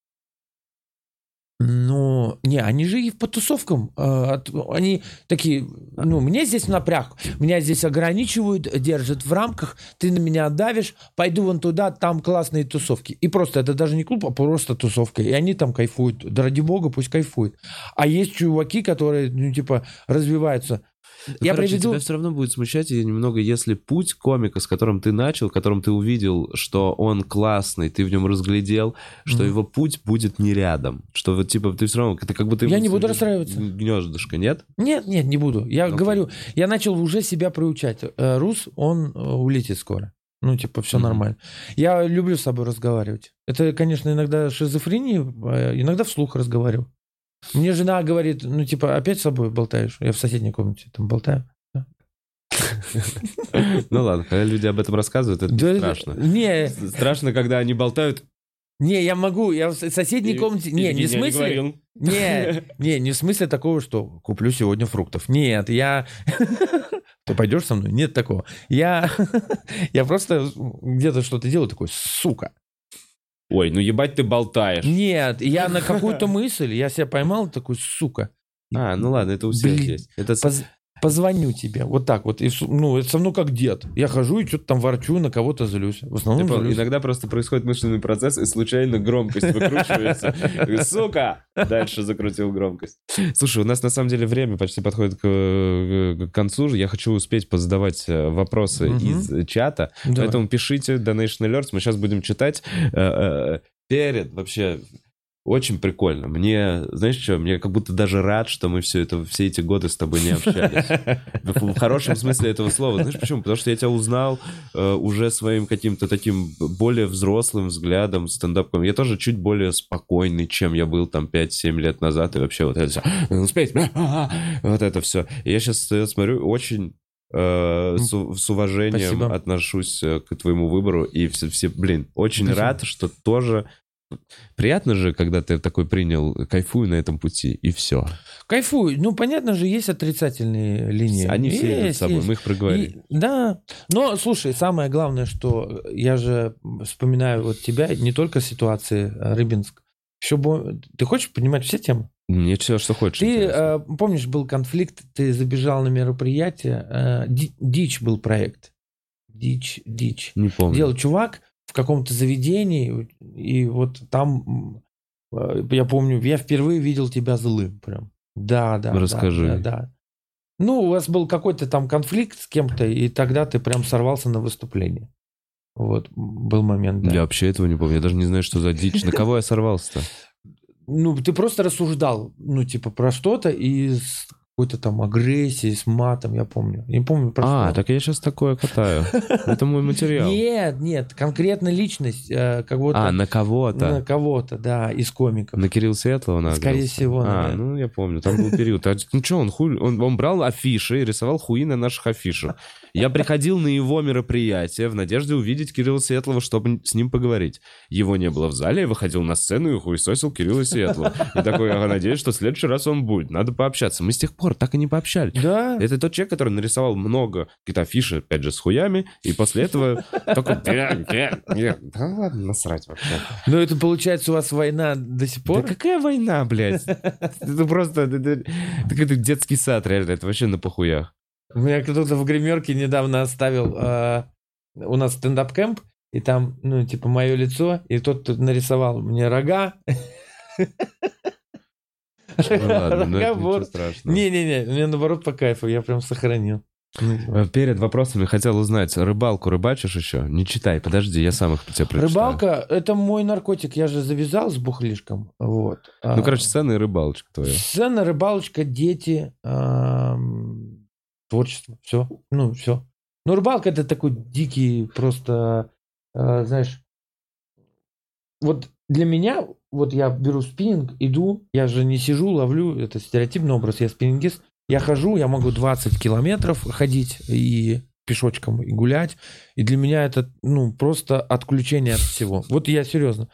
Ну, не, они же и по тусовкам, э, они такие, ну, мне здесь напряг, меня здесь ограничивают, держат в рамках, ты на меня давишь, пойду вон туда, там классные тусовки. И просто, это даже не клуб, а просто тусовка, и они там кайфуют, да ради бога, пусть кайфуют. А есть чуваки, которые, ну, типа, развиваются. Ну, я короче, приведу... тебя все равно будет смущать немного, если путь комика, с которым ты начал, которым ты увидел, что он классный, ты в нем разглядел, что mm-hmm. его путь будет не рядом. Что вот типа ты все равно, ты как будто... Я не буду расстраиваться. Гнездышко, нет? Нет, нет, не буду. Я okay. говорю, я начал уже себя приучать. Рус, он улетит скоро. Ну, типа, все mm-hmm. нормально. Я люблю с собой разговаривать. Это, конечно, иногда шизофрения, иногда вслух разговариваю. Мне жена говорит, ну, типа, опять с собой болтаешь? Я в соседней комнате там болтаю. Ну ладно, когда люди об этом рассказывают, это не страшно. Не. Страшно, когда они болтают. Не, я могу, я в соседней комнате... Не, не в смысле... Не, не, не в смысле такого, что куплю сегодня фруктов. Нет, я... Ты пойдешь со мной? Нет такого. Я, я просто где-то что-то делаю, такой, сука. Ой, ну ебать ты болтаешь. Нет, я на какую-то мысль, я себя поймал, такой, сука. А, ну ладно, это у всех Блин, есть. Это... Поз... Позвоню тебе, вот так вот. И, ну, это со мной как дед. Я хожу и что-то там ворчу, на кого-то злюсь. В основном типа, злюсь. Иногда просто происходит мысленный процесс, и случайно громкость выкручивается. Сука! Дальше закрутил громкость. Слушай, у нас на самом деле время почти подходит к, к концу. Я хочу успеть позадавать вопросы угу. из чата. Давай. Поэтому пишите Donation Alerts. Мы сейчас будем читать. Перед вообще... Очень прикольно. Мне, знаешь что, мне как будто даже рад, что мы все это, все эти годы с тобой не общались. В хорошем смысле этого слова. Знаешь почему? Потому что я тебя узнал э, уже своим каким-то таким более взрослым взглядом, стендапом. Я тоже чуть более спокойный, чем я был там пять-семь лет назад. И вообще вот это все. Успеть. Вот это все. И я сейчас смотрю, очень... Э, с, с уважением Спасибо. Отношусь к твоему выбору. И все, все блин, очень Спасибо. Рад, что тоже... Приятно же, когда ты такой принял, кайфуй на этом пути, и все. Кайфуй. Ну, понятно же, есть отрицательные линии. Они все есть, идут с собой, есть. мы их проговорили. И, да. Но, слушай, самое главное, что я же вспоминаю вот тебя, не только ситуации Рыбинск. Еще бы... Ты хочешь понимать все темы? Мне все, что хочешь. Ты э, помнишь, был конфликт, ты забежал на мероприятие, э, Дичь был проект. Дичь, Дичь. Не помню. Делал чувак в каком-то заведении, и вот там, я помню, я впервые видел тебя злым прям. Да, да, Расскажи. Да, да, да. Ну, у вас был какой-то там конфликт с кем-то, и тогда ты прям сорвался на выступление. Вот, был момент, да. Я вообще этого не помню. Я даже не знаю, что за дичь. На кого я сорвался-то? Ну, ты просто рассуждал, ну, типа, про что-то и с какой-то там агрессией, с матом, я помню. Не помню про что. А, так я сейчас такое катаю. Это мой материал. Нет, нет, конкретно личность э, кого-то. А, на кого-то. На кого-то, да, из комиков. На Кирилла Светлого нагрелся? Скорее всего, А, наверное. ну я помню, там был период. А, ну что, он, хуй, он, он брал афиши и рисовал хуи на наших афишах. Я приходил на его мероприятие в надежде увидеть Кирилла Светлого, чтобы с ним поговорить. Его не было в зале, я выходил на сцену и хуесосил Кирилла Светлого. И такой, я надеюсь, что в следующий раз он будет. Надо пообщаться. Мы с тех пор так и не пообщались. Да. Это тот человек, который нарисовал много какие-то афиши, опять же, с хуями, и после этого только... Да ладно, насрать вообще. Ну, это получается у вас война до сих пор? Да какая война, блядь? Это просто... Это какой-то детский сад, реально. Это вообще на похуях. Меня кто-то в гримерке недавно оставил. Э, у нас стендап-кэмп, и там, ну, типа, мое лицо, и тот нарисовал мне рога. Ну ладно, ну это ничего страшного. Не-не-не, мне наоборот по кайфу, я прям сохранил. Перед вопросами хотел узнать, рыбалку рыбачишь еще? Не читай, подожди, я сам их тебе прочитаю. Рыбалка — это мой наркотик, я же завязал с бухлишком. Вот. Ну, короче, сцена и рыбалочка твоя. Сцена, рыбалочка, дети, творчество, все, ну, все. Ну, рыбалка — это такой дикий просто, знаешь, вот для меня, вот я беру спиннинг, иду, я же не сижу, ловлю, это стереотипный образ, я спиннингист, я хожу, я могу двадцать километров ходить и пешочком и гулять, и для меня это, ну, просто отключение от всего. Вот я серьезно.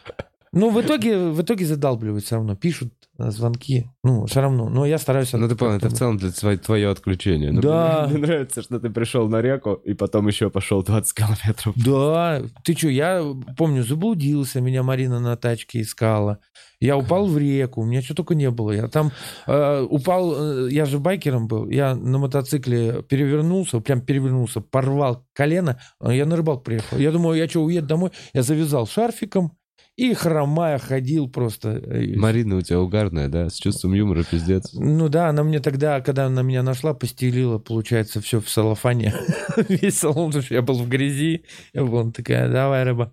Ну, в итоге, в итоге задалбливают все равно, пишут звонки, ну, все равно, но я стараюсь... Ну, ты понял, это в целом для твое, твое отключение. Ну, да. Мне нравится, что ты пришел на реку и потом еще пошел двадцать километров. Да, ты что, я помню, заблудился, меня Марина на тачке искала, я упал в реку, у меня что только не было, я там э, упал, я же байкером был, я на мотоцикле перевернулся, прям перевернулся, порвал колено, я на рыбалку приехал, я думаю, я что, уеду домой, я завязал шарфиком, и хромая ходил просто. Марина у тебя угарная, да? С чувством юмора, пиздец. Ну да, она мне тогда, когда она меня нашла, постелила, получается, все в салофане. Весь салон, потому что я был в грязи. Я была такая, давай, рыба.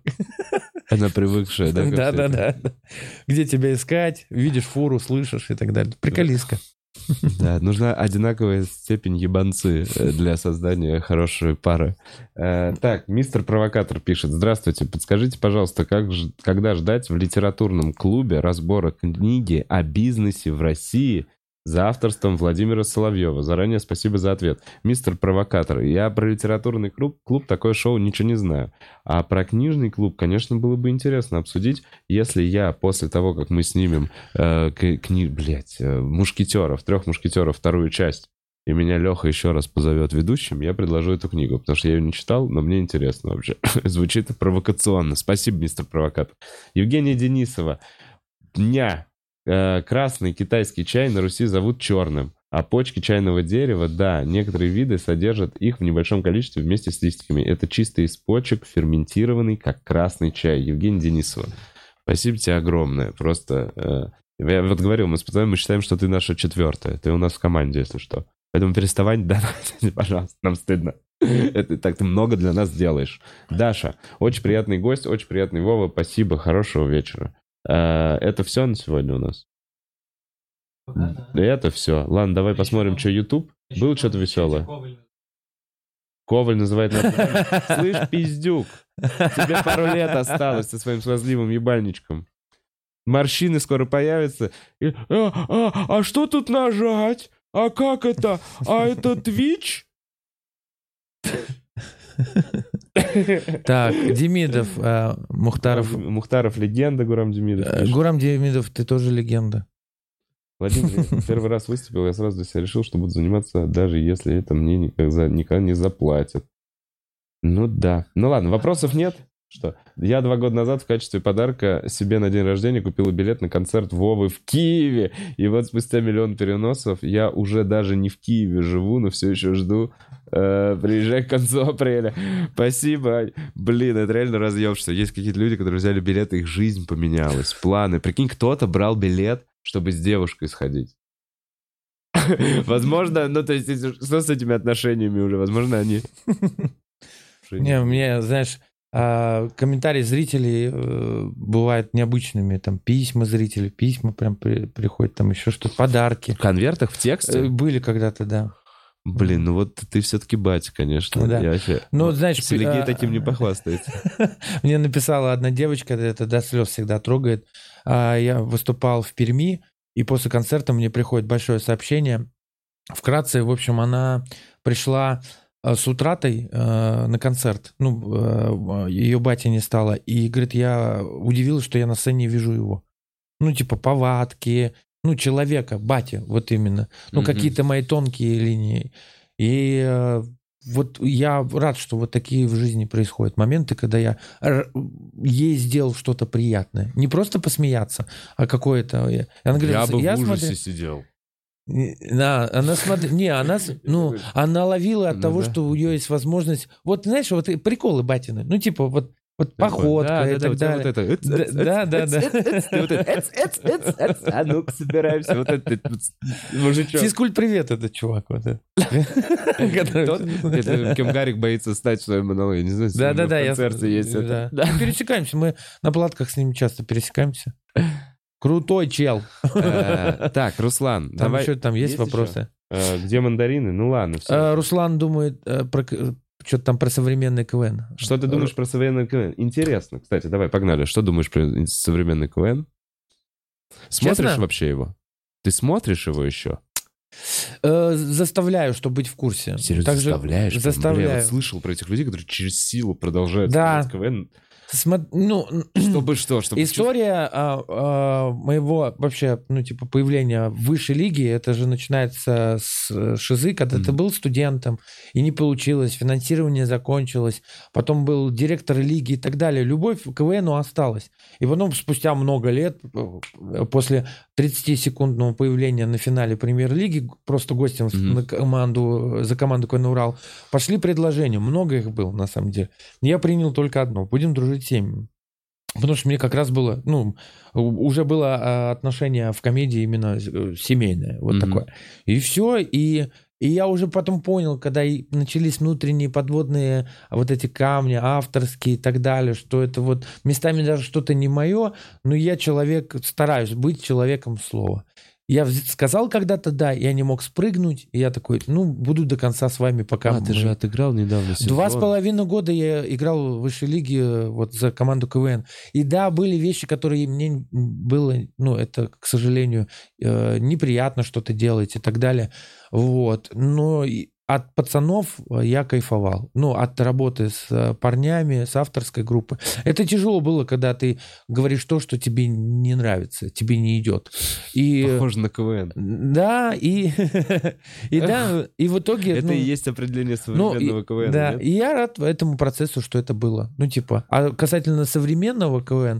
Она привыкшая, да? Да-да-да. Где тебя искать? Видишь фуру, слышишь и так далее. Приколистка. Да, нужна одинаковая степень ебанцы для создания хорошей пары. Э, так, мистер Провокатор пишет. Здравствуйте, подскажите, пожалуйста, как, когда ждать в литературном клубе разбора книги о бизнесе в России за авторством Владимира Соловьева? Заранее спасибо за ответ. Мистер Провокатор, я про литературный клуб, клуб такое шоу ничего не знаю. А про книжный клуб, конечно, было бы интересно обсудить, если я после того, как мы снимем э, кни... блядь, э, мушкетеров, трех мушкетеров, вторую часть, и меня Леха еще раз позовет ведущим, я предложу эту книгу, потому что я ее не читал, но мне интересно вообще. Звучит провокационно. Спасибо, мистер Провокатор. Евгения Денисова. Дня. Красный китайский чай на Руси зовут черным, а почки чайного дерева, да, некоторые виды содержат их в небольшом количестве вместе с листиками. Это чисто из почек, ферментированный, как красный чай. Евгения Денисова. Спасибо тебе огромное. Просто, э, я вот говорил, мы с пацанами мы считаем, что ты наша четвертая. Ты у нас в команде, если что. Поэтому переставай, да, пожалуйста, нам стыдно. Это, так ты много для нас делаешь. Даша, очень приятный гость, очень приятный Вова. Спасибо, хорошего вечера. Это все на сегодня у нас? Да. Это все. Ладно, давай посмотрим, что YouTube. Было что-то веселое? Коваль называет нас. Слышь, пиздюк, тебе пару лет осталось со своим смазливым ебальничком. Морщины скоро появятся. И... А, а, а что тут нажать? А как это? А это Twitch? Так, Демидов, э, Мухтаров. Мухтаров легенда, Гурам Демидов. Э, Гурам Демидов, ты тоже легенда. Владимир, первый раз выступил, я сразу для себя решил, что буду заниматься, даже если это мне никогда, никогда не заплатят. Ну да. Ну ладно, вопросов нет? Что? Я два года назад в качестве подарка себе на день рождения купил билет на концерт Вовы в Киеве. И вот спустя миллион переносов я уже даже не в Киеве живу, но все еще жду. Э, приезжай к концу апреля. Спасибо. Блин, это реально разъеб, что есть какие-то люди, которые взяли билет, их жизнь поменялась, планы. Прикинь, кто-то брал билет, чтобы с девушкой сходить. Возможно, ну то есть, что с этими отношениями уже? Возможно, они... Не, мне, знаешь... А комментарии зрителей э, бывают необычными. Там письма зрителей, письма прям при, приходят, там еще что-то, подарки. В конвертах, в тексте? Э, были когда-то, да. Блин, ну вот ты все-таки батя, конечно. Ну, да. Я вообще... Ну, знаешь, Сергей а... таким не похвастается. Мне написала одна девочка, это до слез всегда трогает. Я выступал в Перми, и после концерта мне приходит большое сообщение. Вкратце, в общем, она пришла с утратой э, на концерт. Ну, э, ее батя не стало. И, говорит, я удивилась, что я на сцене вижу его. Ну, типа, повадки, ну, человека, батя, вот именно. Ну, mm-hmm. какие-то мои тонкие линии. И э, вот я рад, что вот такие в жизни происходят моменты, когда я ей сделал что-то приятное. Не просто посмеяться, а какое-то... Она говорит, я бы я в ужасе смотрю... сидел. Да, она смотри, не, она, ну, она ловила от ну, того, да. что у нее есть возможность, вот знаешь, вот приколы батины, ну типа вот, вот походка да, и да, так да, далее. Вот это. Да, да, да. А ну-ка собираемся, вот этот мужичок. Физкульт привет, этот чувак, вот это. Кем Гарик боится стать в своем монологе, не знаю, да, да, да, в концерте есть это. Пересекаемся, мы на платках с ним часто пересекаемся. Крутой чел. Так, Руслан, там давай. Еще, там есть, есть вопросы? Где мандарины? Ну ладно, все. Руслан думает про что-то там про современный КВН. Что ты думаешь про современный КВН? Интересно, кстати, давай, погнали. Что думаешь про современный КВН? Смотришь Честно? Вообще его? Ты смотришь его еще? Заставляю, чтобы быть в курсе. Серьезно, Также заставляешь? Заставляю. Бля, я вот слышал про этих людей, которые через силу продолжают да. смотреть КВН. Смо... Ну, чтобы что? Чтобы история а, а, моего вообще, ну, типа, появления в высшей лиге, это же начинается с шизы, когда mm-hmm. ты был студентом, и не получилось, финансирование закончилось, потом был директор лиги и так далее. Любовь к КВНу осталась. И потом, спустя много лет, после тридцатисекундного появления на финале премьер-лиги, просто гостем mm-hmm. на команду, за команду КВН «Урал», пошли предложения. Много их было, на самом деле. Я принял только одно. Будем дружить семьями. Потому что мне как раз было, ну, уже было отношение в комедии именно семейное, вот mm-hmm. такое. И все, и, и я уже потом понял, когда начались внутренние подводные вот эти камни, авторские и так далее, что это вот местами даже что-то не мое, но я человек, стараюсь быть человеком слова. Я сказал когда-то «да», я не мог спрыгнуть, и я такой, ну, буду до конца с вами, пока... А, мы... ты же отыграл недавно сезон. Два с половиной года я играл в высшей лиге вот за команду КВН. И да, были вещи, которые мне было, ну, это, к сожалению, неприятно что-то делать и так далее. Вот. Но от пацанов я кайфовал. Ну, от работы с парнями, с авторской группы. Это тяжело было, когда ты говоришь то, что тебе не нравится, тебе не идет. И... Похоже на КВН. Да, и, и, да, и в итоге... Это ну, и есть определение современного ну, КВН. Да, нет? И я рад этому процессу, что это было. Ну, типа, а касательно современного КВН,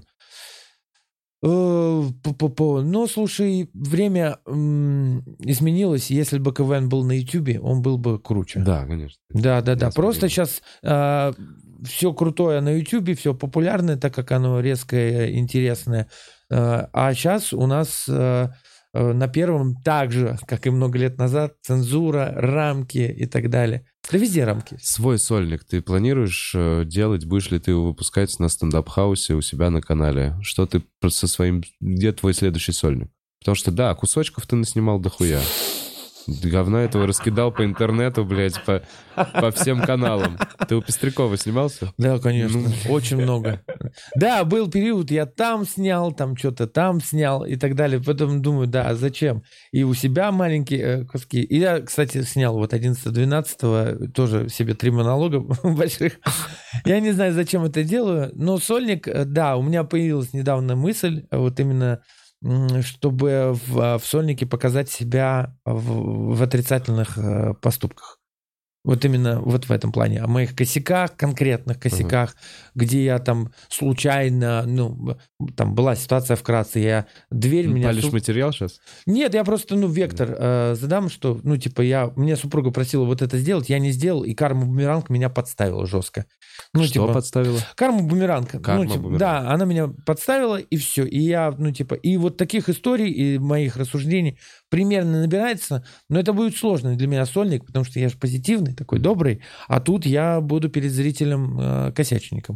ну, слушай, время м- изменилось. Если бы КВН был на Ютубе, он был бы круче. Да, конечно. Да, да, да. Просто сейчас а, все крутое на Ютубе, все популярное, так как оно резкое, интересное. А, а сейчас у нас а, на первом так же, как и много лет назад, цензура, рамки и так далее. Да везде рамки. Свой сольник ты планируешь делать? Будешь ли ты его выпускать на стендап-хаусе у себя на канале? Что ты со своим... Где твой следующий сольник? Потому что, да, кусочков ты наснимал дохуя. Говна этого раскидал по интернету, блядь, по, по всем каналам. Ты у Пестрякова снимался? Да, конечно. Ну... Очень много. Да, был период, я там снял, там что-то там снял и так далее. Потом думаю, да, а зачем? И у себя маленькие э, куски. И я, кстати, снял вот одиннадцатого-двенадцатого тоже себе три монолога больших. Я не знаю, зачем это делаю, но сольник, да, у меня появилась недавно мысль, вот именно... чтобы в, в сольнике показать себя в, в отрицательных э, поступках. Вот именно вот в этом плане. О моих косяках, конкретных косяках, uh-huh. где я там случайно, ну, там была ситуация вкратце, я дверь... Ну, меня... Палишь суп... материал сейчас? Нет, я просто, ну, вектор э, задам, что, ну, типа, я... Мне супруга просила вот это сделать, я не сделал, и карма-бумеранг меня подставила жестко. Ну, что типа, подставила? Карма-бумеранг. Карма ну, типа, бумеранг. Да, она меня подставила, и все. И я, ну, типа... И вот таких историй и моих рассуждений примерно набирается, но это будет сложно для меня сольник, потому что я же позитивный, такой добрый, а тут я буду перед зрителем э, косячником.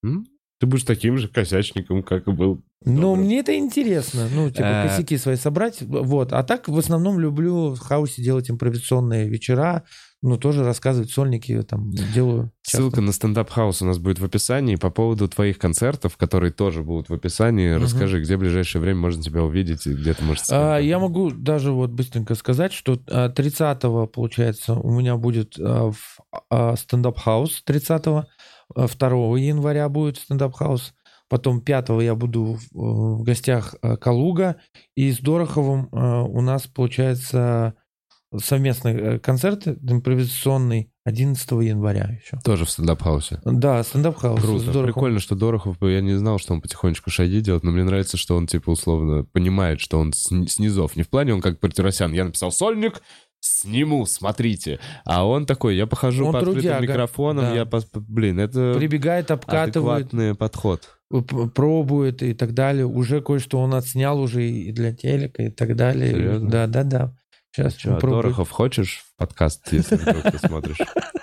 М? Ты будешь таким же косячником, как и был. Ну, Добрый. мне это интересно. Ну, типа, косяки свои собрать. Вот. А так, в основном, люблю в хаусе делать импровизационные вечера. Ну, тоже рассказывать сольники там делаю. Часто. Ссылка на стендап-хаус у нас будет в описании. По поводу твоих концертов, которые тоже будут в описании, угу. расскажи, где в ближайшее время можно тебя увидеть и где ты можешь... А, я могу даже вот быстренько сказать, что тридцатого, получается, у меня будет стендап-хаус тридцатого. второго января будет стендап-хаус. Потом пятого я буду в гостях Калуга. И с Дороховым у нас, получается, совместный концерт импровизационный одиннадцатого января еще. Тоже в стендап-хаусе? Да, стендап-хаус. Круто. Прикольно, что Дорохов, я не знал, что он потихонечку шаги делает, но мне нравится, что он, типа, условно понимает, что он снизов. Не в плане, он как Партиросян. Я написал сольник, сниму, смотрите. А он такой, я похожу он по открытым трудяга. Микрофонам, да. я, блин, это... Прибегает, обкатывает. Адекватный подход. Пробует и так далее. Уже кое-что он отснял уже и для телека и так далее. Серьезно? Да, да, да. Сейчас Что, Дорохов, хочешь в подкаст, если вдруг ты смотришь?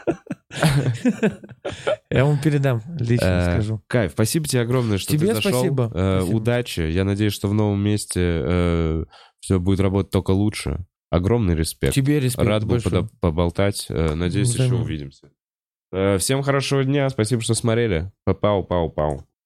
Я вам передам, лично скажу. Кайф, спасибо тебе огромное, что тебе ты зашел. Спасибо. Удачи. Я надеюсь, что в новом месте все будет работать только лучше. Огромный респект. Тебе респект. Рад был поболтать. Надеюсь, еще увидимся. Всем хорошего дня. Спасибо, что смотрели. Пау-пау-пау.